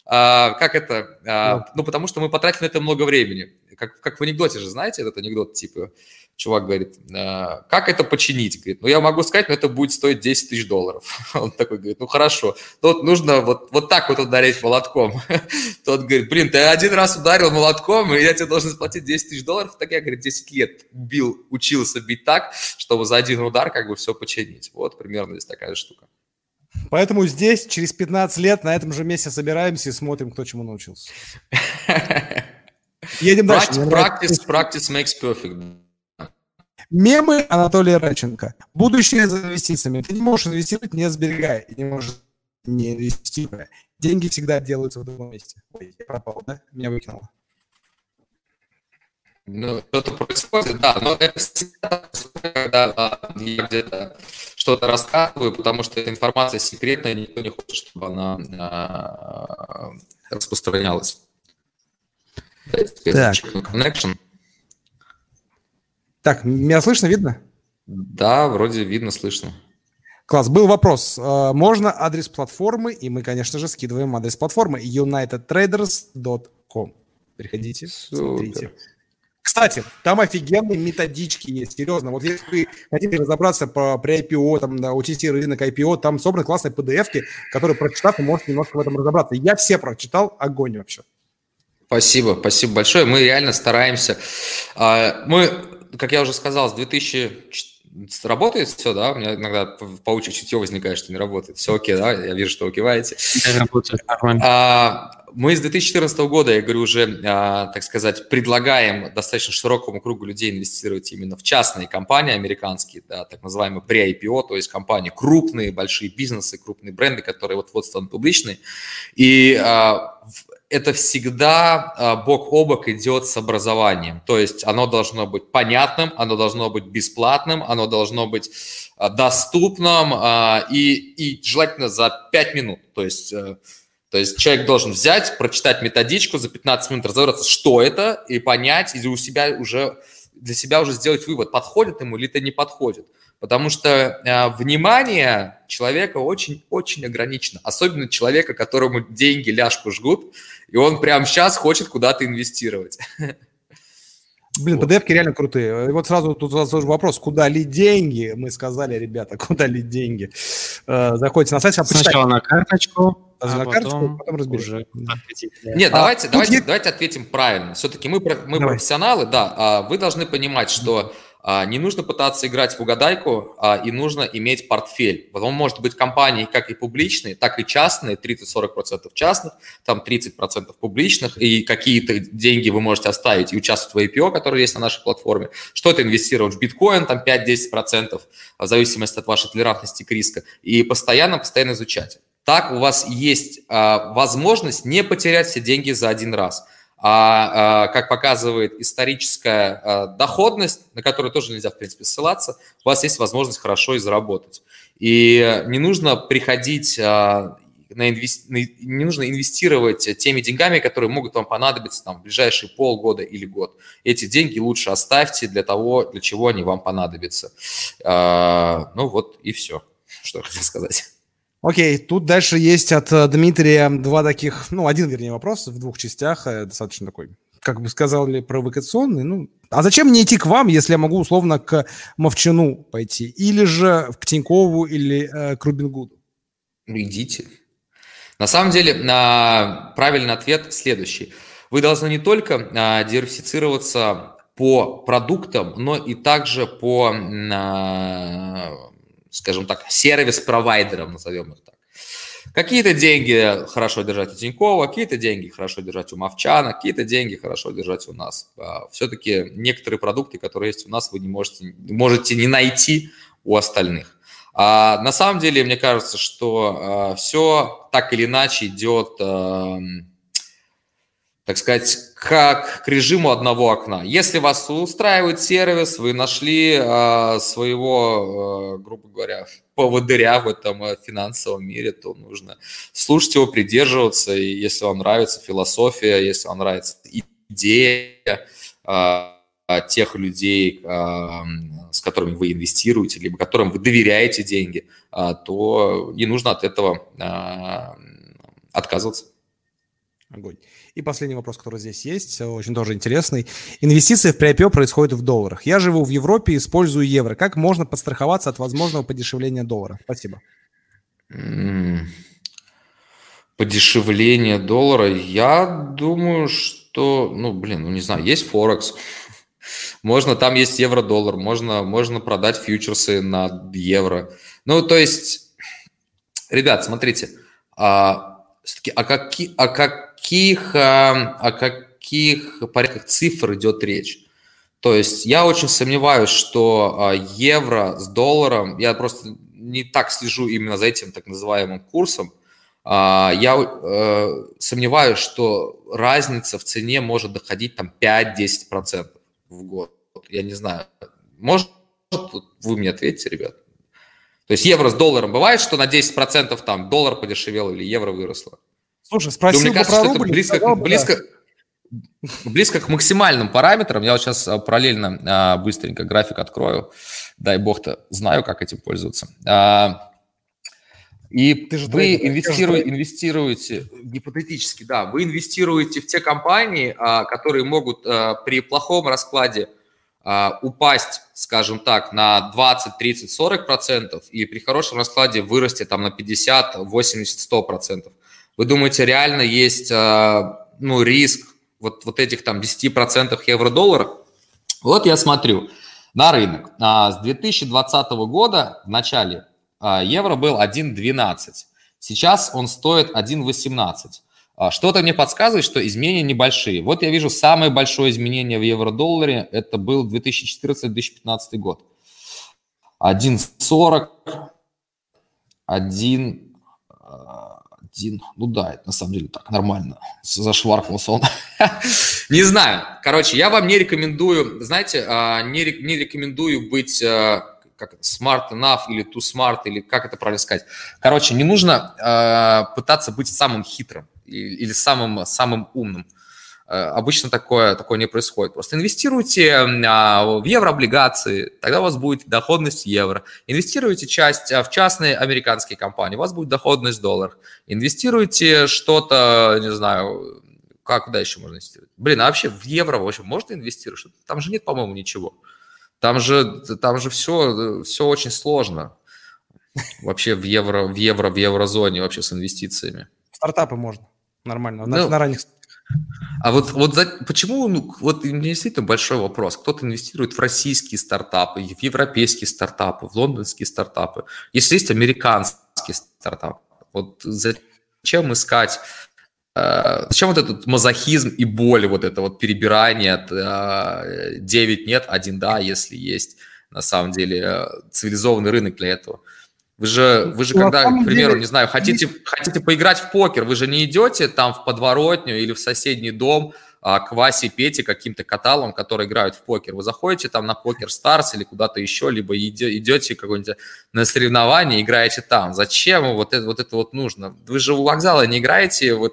потому что мы потратили на это много времени. Как в анекдоте же, знаете, этот анекдот, типа, чувак говорит, как это починить? Говорит, я могу сказать, но это будет стоить $10 тысяч. Он такой говорит, хорошо, вот нужно вот так вот ударить молотком. Тот говорит, ты один раз ударил молотком, и я тебе должен заплатить $10 тысяч. Так я, говорит, 10 лет учился бить так, чтобы за один удар все починить. Вот примерно здесь такая штука. Поэтому здесь через 15 лет на этом же месте собираемся и смотрим, кто чему научился. Едем дальше. Practice makes perfect. Мемы Анатолия Радченко. Будущее за инвестициями. Ты не можешь инвестировать, не сберегая. И не можешь не инвестируя. Деньги всегда делаются в другом месте. Ой, я пропал, да? Меня выкинуло. Что-то происходит, да. Но это всегда, когда я где-то что-то рассказываю, потому что эта информация секретная, никто не хочет, чтобы она распространялась. Так. Connection. Так, меня слышно, видно? Да, вроде видно, слышно. Класс. Был вопрос. Можно адрес платформы? И мы, конечно же, skidываем адрес платформы unitedtraders.com. Приходите, смотрите. Кстати, там офигенные методички есть, серьезно. Вот если вы хотите разобраться при IPO, там, UTC рынок IPO, там собраны классные PDF-ки, которые, прочитав, вы можете немножко в этом разобраться. Я все прочитал, огонь вообще. Спасибо большое. Мы реально стараемся. Мы, как я уже сказал, с 2014 работает все, да? У меня иногда паучье чутье возникает, что не работает. Все окей, да? Я вижу, что вы киваете. Работает нормально. Мы с 2014 года, я говорю, уже, так сказать, предлагаем достаточно широкому кругу людей инвестировать именно в частные компании американские, да, так называемые pre-IPO, то есть компании крупные, большие бизнесы, крупные бренды, которые вот станут публичные. И это всегда бок о бок идет с образованием. То есть оно должно быть понятным, оно должно быть бесплатным, оно должно быть доступным и желательно за 5 минут. То есть человек должен взять, прочитать методичку, за 15 минут разобраться, что это, и понять, или для себя уже сделать вывод, подходит ему или это не подходит. Потому что внимание человека очень-очень ограничено. Особенно человека, которому деньги ляжку жгут, и он прямо сейчас хочет куда-то инвестировать. Блин, PDF-ки реально крутые. И вот сразу тут вопрос, куда ли деньги? Мы сказали, ребята, куда ли деньги? Заходите на сайт, сначала на карточку, на карточку, потом разберем. Нет, давайте ответим правильно. Все-таки мы профессионалы, да. Вы должны понимать, что не нужно пытаться играть в угадайку, и нужно иметь портфель. Он может быть компанией как и публичные, так и частные, 30-40% частных, там 30% публичных, и какие-то деньги вы можете оставить и участвовать в IPO, который есть на нашей платформе. Что-то инвестировать в биткоин, там 5-10%, в зависимости от вашей толерантности к риску, и постоянно изучать. Так у вас есть возможность не потерять все деньги за один раз. Как показывает историческая доходность, на которую тоже нельзя, в принципе, ссылаться, у вас есть возможность хорошо и заработать. И не нужно приходить, не нужно инвестировать теми деньгами, которые могут вам понадобиться в ближайшие полгода или год. Эти деньги лучше оставьте для того, для чего они вам понадобятся. Вот и все, что я хотел сказать. Окей, тут дальше есть от Дмитрия два таких, один, вернее, вопрос в двух частях, достаточно такой, как бы сказали, провокационный. А зачем мне идти к вам, если я могу условно к Мовчану пойти? Или же к Тинькову, или к Рубингуду? Идите. На самом деле, правильный ответ следующий. Вы должны не только диверсифицироваться по продуктам, но и также по, скажем так, сервис-провайдерам, назовем их так. Какие-то деньги хорошо держать у Тинькова, какие-то деньги хорошо держать у Мовчана, какие-то деньги хорошо держать у нас. Все-таки некоторые продукты, которые есть у нас, вы не можете не найти у остальных. На самом деле, мне кажется, что все так или иначе идет, так сказать, как к режиму одного окна. Если вас устраивает сервис, вы нашли своего, грубо говоря, поводыря в этом финансовом мире, то нужно слушать его, придерживаться. И если вам нравится философия, если вам нравится идея тех людей, с которыми вы инвестируете, либо которым вы доверяете деньги, то не нужно от этого отказываться. Огонь. И последний вопрос, который здесь есть, очень тоже интересный. Инвестиции в pre-IPO происходят в долларах. Я живу в Европе и использую евро. Как можно подстраховаться от возможного подешевления доллара? Спасибо. Подешевление доллара? Я думаю, что, не знаю, есть Форекс. Можно, там есть евро-доллар, можно продать фьючерсы на евро. То есть, ребят, смотрите, все-таки о каких порядках цифр идет речь? То есть я очень сомневаюсь, что евро с долларом, я просто не так слежу именно за этим так называемым курсом, я сомневаюсь, что разница в цене может доходить там 5-10% в год. Я не знаю, может, вы мне ответите, ребят? То есть евро с долларом бывает, что на 10% там доллар подешевел или евро выросло? Слушай, спросил мне кажется, про что рубль, это близко к максимальным параметрам. Я вот сейчас параллельно быстренько график открою. Дай бог-то знаю, как этим пользоваться. И вы инвестируете, гипотетически, да, вы инвестируете в те компании, которые могут при плохом раскладе упасть, скажем так, на 20, 30, 40%, и при хорошем раскладе вырасти там на 50, 80, 100%. Вы думаете, реально есть риск вот этих там 10% евро-доллара? Вот я смотрю на рынок. С 2020 года в начале евро был 1.12. Сейчас он стоит 1.18. Что-то мне подсказывает, что изменения небольшие. Вот я вижу самое большое изменение в евро-долларе. Это был 2014-2015 год. 1.40, 1... это на самом деле так нормально. Зашваркнулся он. Не знаю. Короче, я вам не рекомендую, знаете, не рекомендую быть как smart enough или too smart, или как это правильно сказать. Короче, не нужно пытаться быть самым хитрым или самым умным. Обычно такое не происходит. Просто инвестируйте в еврооблигации, тогда у вас будет доходность евро. Инвестируйте часть в частные американские компании, у вас будет доходность в долларах. Инвестируйте что-то, не знаю, куда еще можно инвестировать? А вообще в евро вообще можно инвестировать? Там же нет, по-моему, ничего. Там же все очень сложно. Вообще в еврозоне вообще с инвестициями. Стартапы можно. Нормально. На ранних. А почему, мне действительно большой вопрос. Кто-то инвестирует в российские стартапы, в европейские стартапы, в лондонские стартапы. Если есть американские стартапы, зачем искать, зачем этот мазохизм и боль, это перебирание, 9 нет, 1 да, если есть на самом деле цивилизованный рынок для этого. Вы же когда, к примеру, не знаю, хотите поиграть в покер, вы же не идете там в подворотню или в соседний дом к Васе, Пете, каким-то каталам, которые играют в покер. Вы заходите там на Покер Старс или куда-то еще, либо идете какое-нибудь на соревнование, играете там. Зачем вот это нужно? Вы же у вокзала не играете в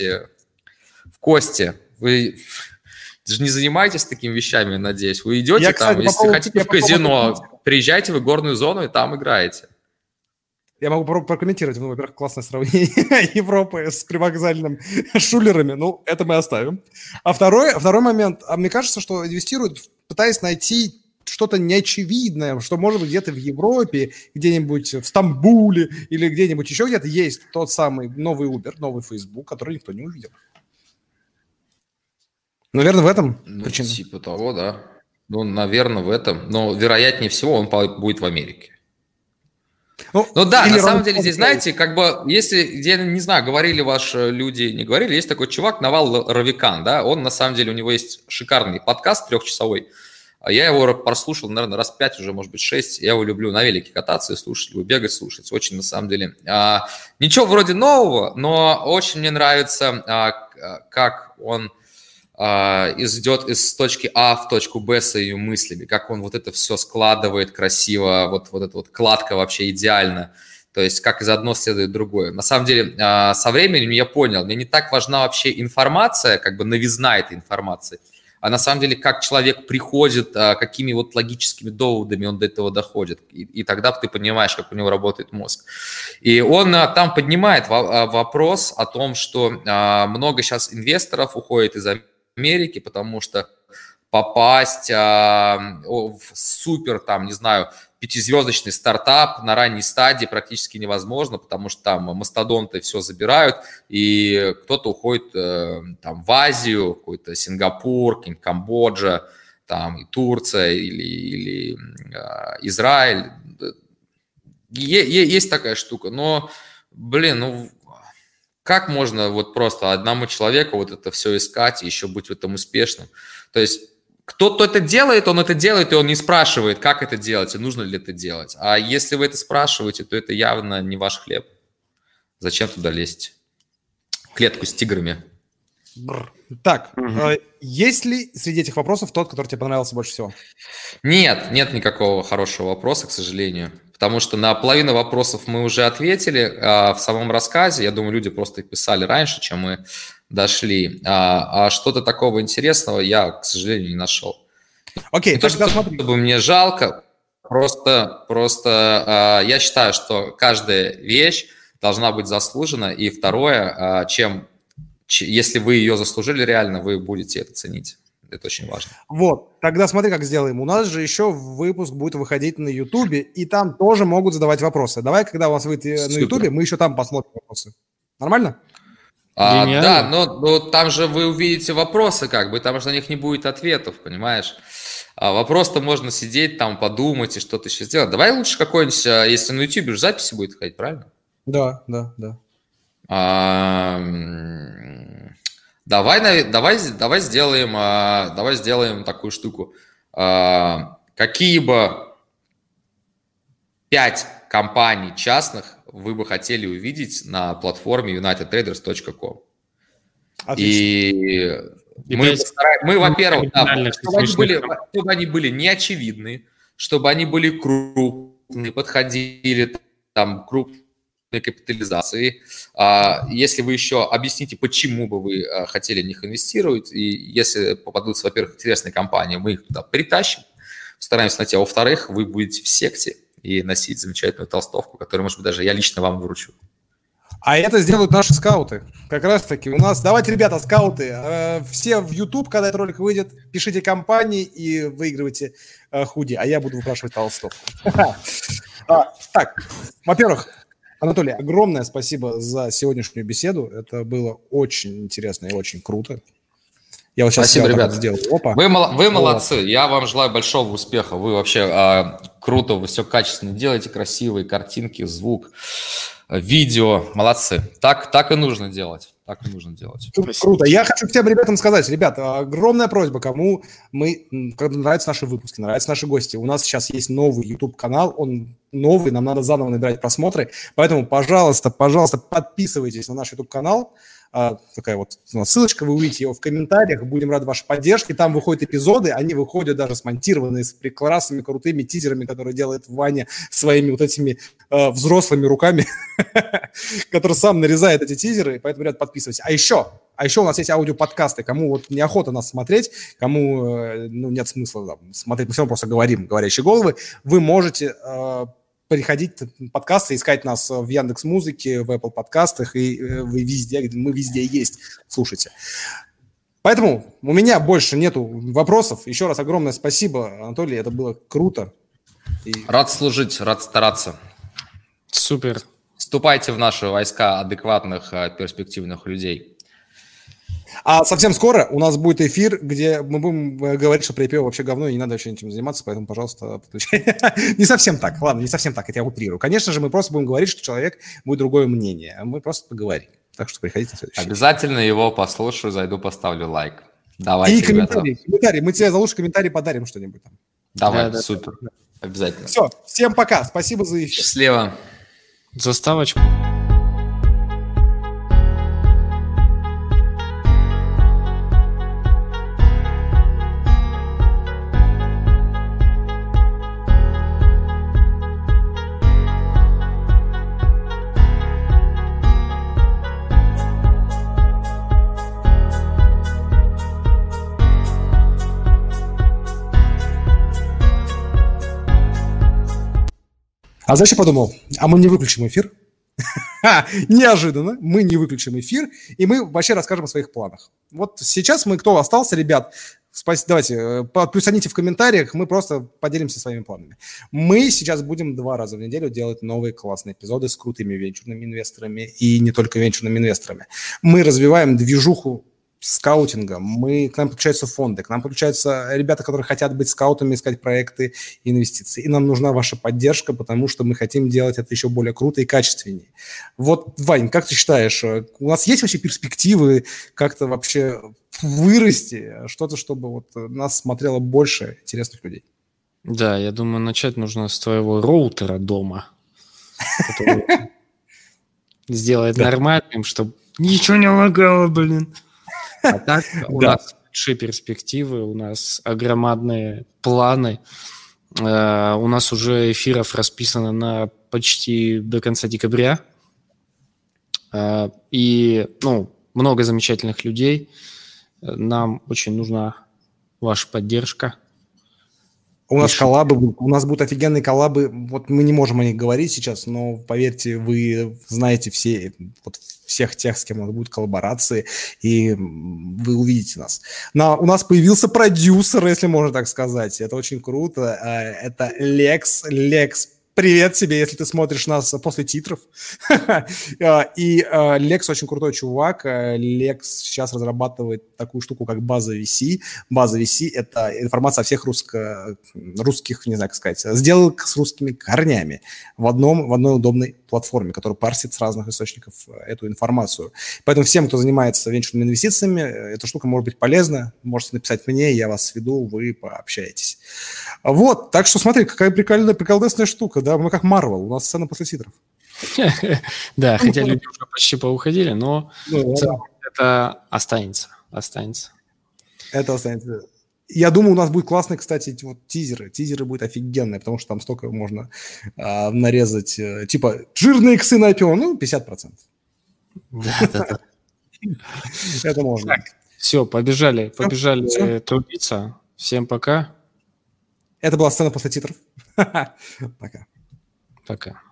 кости. Вы же не занимаетесь такими вещами, надеюсь. Вы идете там, если хотите в казино, приезжайте в игорную зону и там играете. Я могу прокомментировать, во-первых, классное сравнение Европы с привокзальным шулерами, это мы оставим. А второй момент, мне кажется, что инвестируют, пытаясь найти что-то неочевидное, что может быть где-то в Европе, где-нибудь в Стамбуле или где-нибудь еще где-то есть тот самый новый Uber, новый Facebook, который никто не увидел. Наверное, в этом причина. Типа того, да. Наверное, в этом. Но вероятнее всего он будет в Америке. Ну да, на самом деле здесь, знаете, как бы, если, я не знаю, говорили ваши люди, не говорили, есть такой чувак Навал Равикан, да, он на самом деле, у него есть шикарный подкаст 3-часовой, я его прослушал, наверное, раз 5, уже, может быть, 6, я его люблю на велике кататься и слушать, люблю бегать, слушать, очень, на самом деле, ничего вроде нового, но очень мне нравится, как он идет из точки А в точку Б с ее мыслями, как он вот это все складывает красиво, вот эта вот кладка вообще идеально, то есть как из одного следует другое. На самом деле, со временем я понял, мне не так важна вообще информация, как бы новизна этой информации, а на самом деле как человек приходит, какими вот логическими доводами он до этого доходит, и тогда ты понимаешь, как у него работает мозг. И он там поднимает вопрос о том, что много сейчас инвесторов уходит из Америки, потому что попасть в супер, там, не знаю, 5-звездочный стартап на ранней стадии практически невозможно, потому что там мастодонты все забирают, и кто-то уходит там в Азию, какой-то Сингапур, какой-нибудь Камбоджа, там и Турция или Израиль. Есть такая штука, но, блин, ну... Как можно вот просто одному человеку вот это все искать и еще быть в этом успешным? То есть кто-то это делает, и он не спрашивает, как это делать и нужно ли это делать. А если вы это спрашиваете, то это явно не ваш хлеб. Зачем туда лезть? Клетку с тиграми. Так, есть ли среди этих вопросов тот, который тебе понравился больше всего? Нет никакого хорошего вопроса, к сожалению. Потому что на половину вопросов мы уже ответили в самом рассказе. Я думаю, люди просто их писали раньше, чем мы дошли. А что-то такого интересного я, к сожалению, не нашел. Окей, не то, чтобы мне жалко, просто я считаю, что каждая вещь должна быть заслужена. И второе, если вы ее заслужили реально, вы будете это ценить. Это очень важно. Вот, тогда смотри, как сделаем. У нас же еще выпуск будет выходить на Ютубе, и там тоже могут задавать вопросы. Давай, когда у вас выйдет на Ютубе, мы еще там посмотрим вопросы. Нормально? Да, но там же вы увидите вопросы, как бы, там же на них не будет ответов, понимаешь? Вопрос-то можно сидеть там, подумать и что-то еще сделать. Давай лучше какой-нибудь, если на Ютубе же записи будет ходить, правильно? Да. Давай сделаем такую штуку. Какие бы 5 компаний частных вы бы хотели увидеть на платформе unitedtraders.com? И мы, во-первых, чтобы они были неочевидны, чтобы они были крупные, подходили там крупные капитализации. Если вы еще объясните, почему бы вы хотели в них инвестировать, и если попадутся, во-первых, интересные компании, мы их туда притащим, стараемся найти, а во-вторых, вы будете в секте и носить замечательную толстовку, которую, может быть, даже я лично вам вручу. А это сделают наши скауты. Как раз-таки у нас... Давайте, ребята, скауты, все в YouTube, когда этот ролик выйдет, пишите компании и выигрывайте худи, а я буду выпрашивать толстовку. Так, во-первых, Анатолий, огромное спасибо за сегодняшнюю беседу. Это было очень интересно и очень круто. Я вот сейчас спасибо, ребята. Сделал. Опа. Вы молодцы. Я вам желаю большого успеха. Вы вообще круто, вы все качественно делаете, красивые картинки, звук, видео. Молодцы. Так и нужно делать. Круто. Я хочу всем ребятам сказать, ребята, огромная просьба, кому нравятся наши выпуски, нравятся наши гости. У нас сейчас есть новый YouTube-канал, он новый, нам надо заново набирать просмотры, поэтому, пожалуйста, подписывайтесь на наш YouTube-канал. Такая вот ссылочка, вы увидите его в комментариях, будем рады вашей поддержке. Там выходят эпизоды, они выходят даже смонтированные с прекрасными, крутыми тизерами, которые делает Ваня своими вот этими взрослыми руками, который сам нарезает эти тизеры, поэтому, ребят, подписывайтесь. А еще у нас есть аудиоподкасты, кому вот неохота нас смотреть, кому нет смысла смотреть, мы все равно просто говорим, говорящие головы, вы можете... приходить в подкасты, искать нас в Яндекс.Музыке, в Apple подкастах, и мы везде есть, слушайте. Поэтому у меня больше нету вопросов. Еще раз огромное спасибо, Анатолий, это было круто. Рад служить, рад стараться. Супер. Вступайте в наши войска адекватных, перспективных людей. А совсем скоро у нас будет эфир, где мы будем говорить, что при IPO вообще говно, и не надо вообще ничем заниматься, поэтому, пожалуйста, подключай. Не совсем так, ладно, не совсем так, это я утрирую. Конечно же, мы просто будем говорить, что человек будет другое мнение, мы просто поговорим. Так что приходите на следующий. Обязательно его послушаю, зайду, поставлю лайк. Давайте, и комментарий. Мы тебе за лучший комментарий подарим что-нибудь там. Давай, супер. Обязательно. Все, всем пока, спасибо за эфир. Счастливо. Заставочку. А знаешь, я подумал, а мы не выключим эфир? Неожиданно, мы не выключим эфир, и мы вообще расскажем о своих планах. Вот сейчас мы, кто остался, ребят, давайте, плюсаните в комментариях, мы просто поделимся своими планами. Мы сейчас будем 2 раза в неделю делать новые классные эпизоды с крутыми венчурными инвесторами и не только венчурными инвесторами. Мы развиваем движуху скаутинга, к нам подключаются фонды, к нам подключаются ребята, которые хотят быть скаутами, искать проекты и инвестиции. И нам нужна ваша поддержка, потому что мы хотим делать это еще более круто и качественнее. Вот, Вань, как ты считаешь, у нас есть вообще перспективы как-то вообще вырасти, что-то, чтобы вот нас смотрело больше интересных людей? Да, я думаю, начать нужно с твоего роутера дома, который сделает нормальным, чтобы ничего не лагало, блин. А так у нас большие перспективы, у нас огромадные планы. У нас уже эфиров расписано на почти до конца декабря. И, много замечательных людей. Нам очень нужна ваша поддержка. У нас коллабы, у нас будут офигенные коллабы. Вот мы не можем о них говорить сейчас, но поверьте, вы знаете всех тех, с кем у нас будут коллаборации, и вы увидите нас. У нас появился продюсер, если можно так сказать. Это очень круто. Это Лекс. Лекс, привет тебе, если ты смотришь нас после титров. И Лекс очень крутой чувак. Лекс сейчас разрабатывает такую штуку, как база VC. База VC – это информация о всех русских, не знаю, как сказать, сделок с русскими корнями в одной удобной платформе, которая парсит с разных источников эту информацию. Поэтому всем, кто занимается венчурными инвестициями, эта штука может быть полезна. Можете написать мне, я вас сведу, вы пообщаетесь. Вот, так что смотри, какая приколдесная штука, да, мы как Марвел, у нас сцена после титров. Да, хотя люди уже почти поуходили, но это останется. Это останется. Я думаю, у нас будет классные, кстати, тизеры. Тизеры будут офигенные, потому что там столько можно нарезать. Типа, жирные иксы на IPO, 50%. Да. Это можно. Все, побежали трудиться. Всем пока. Это была сцена после титров. Пока. Пока.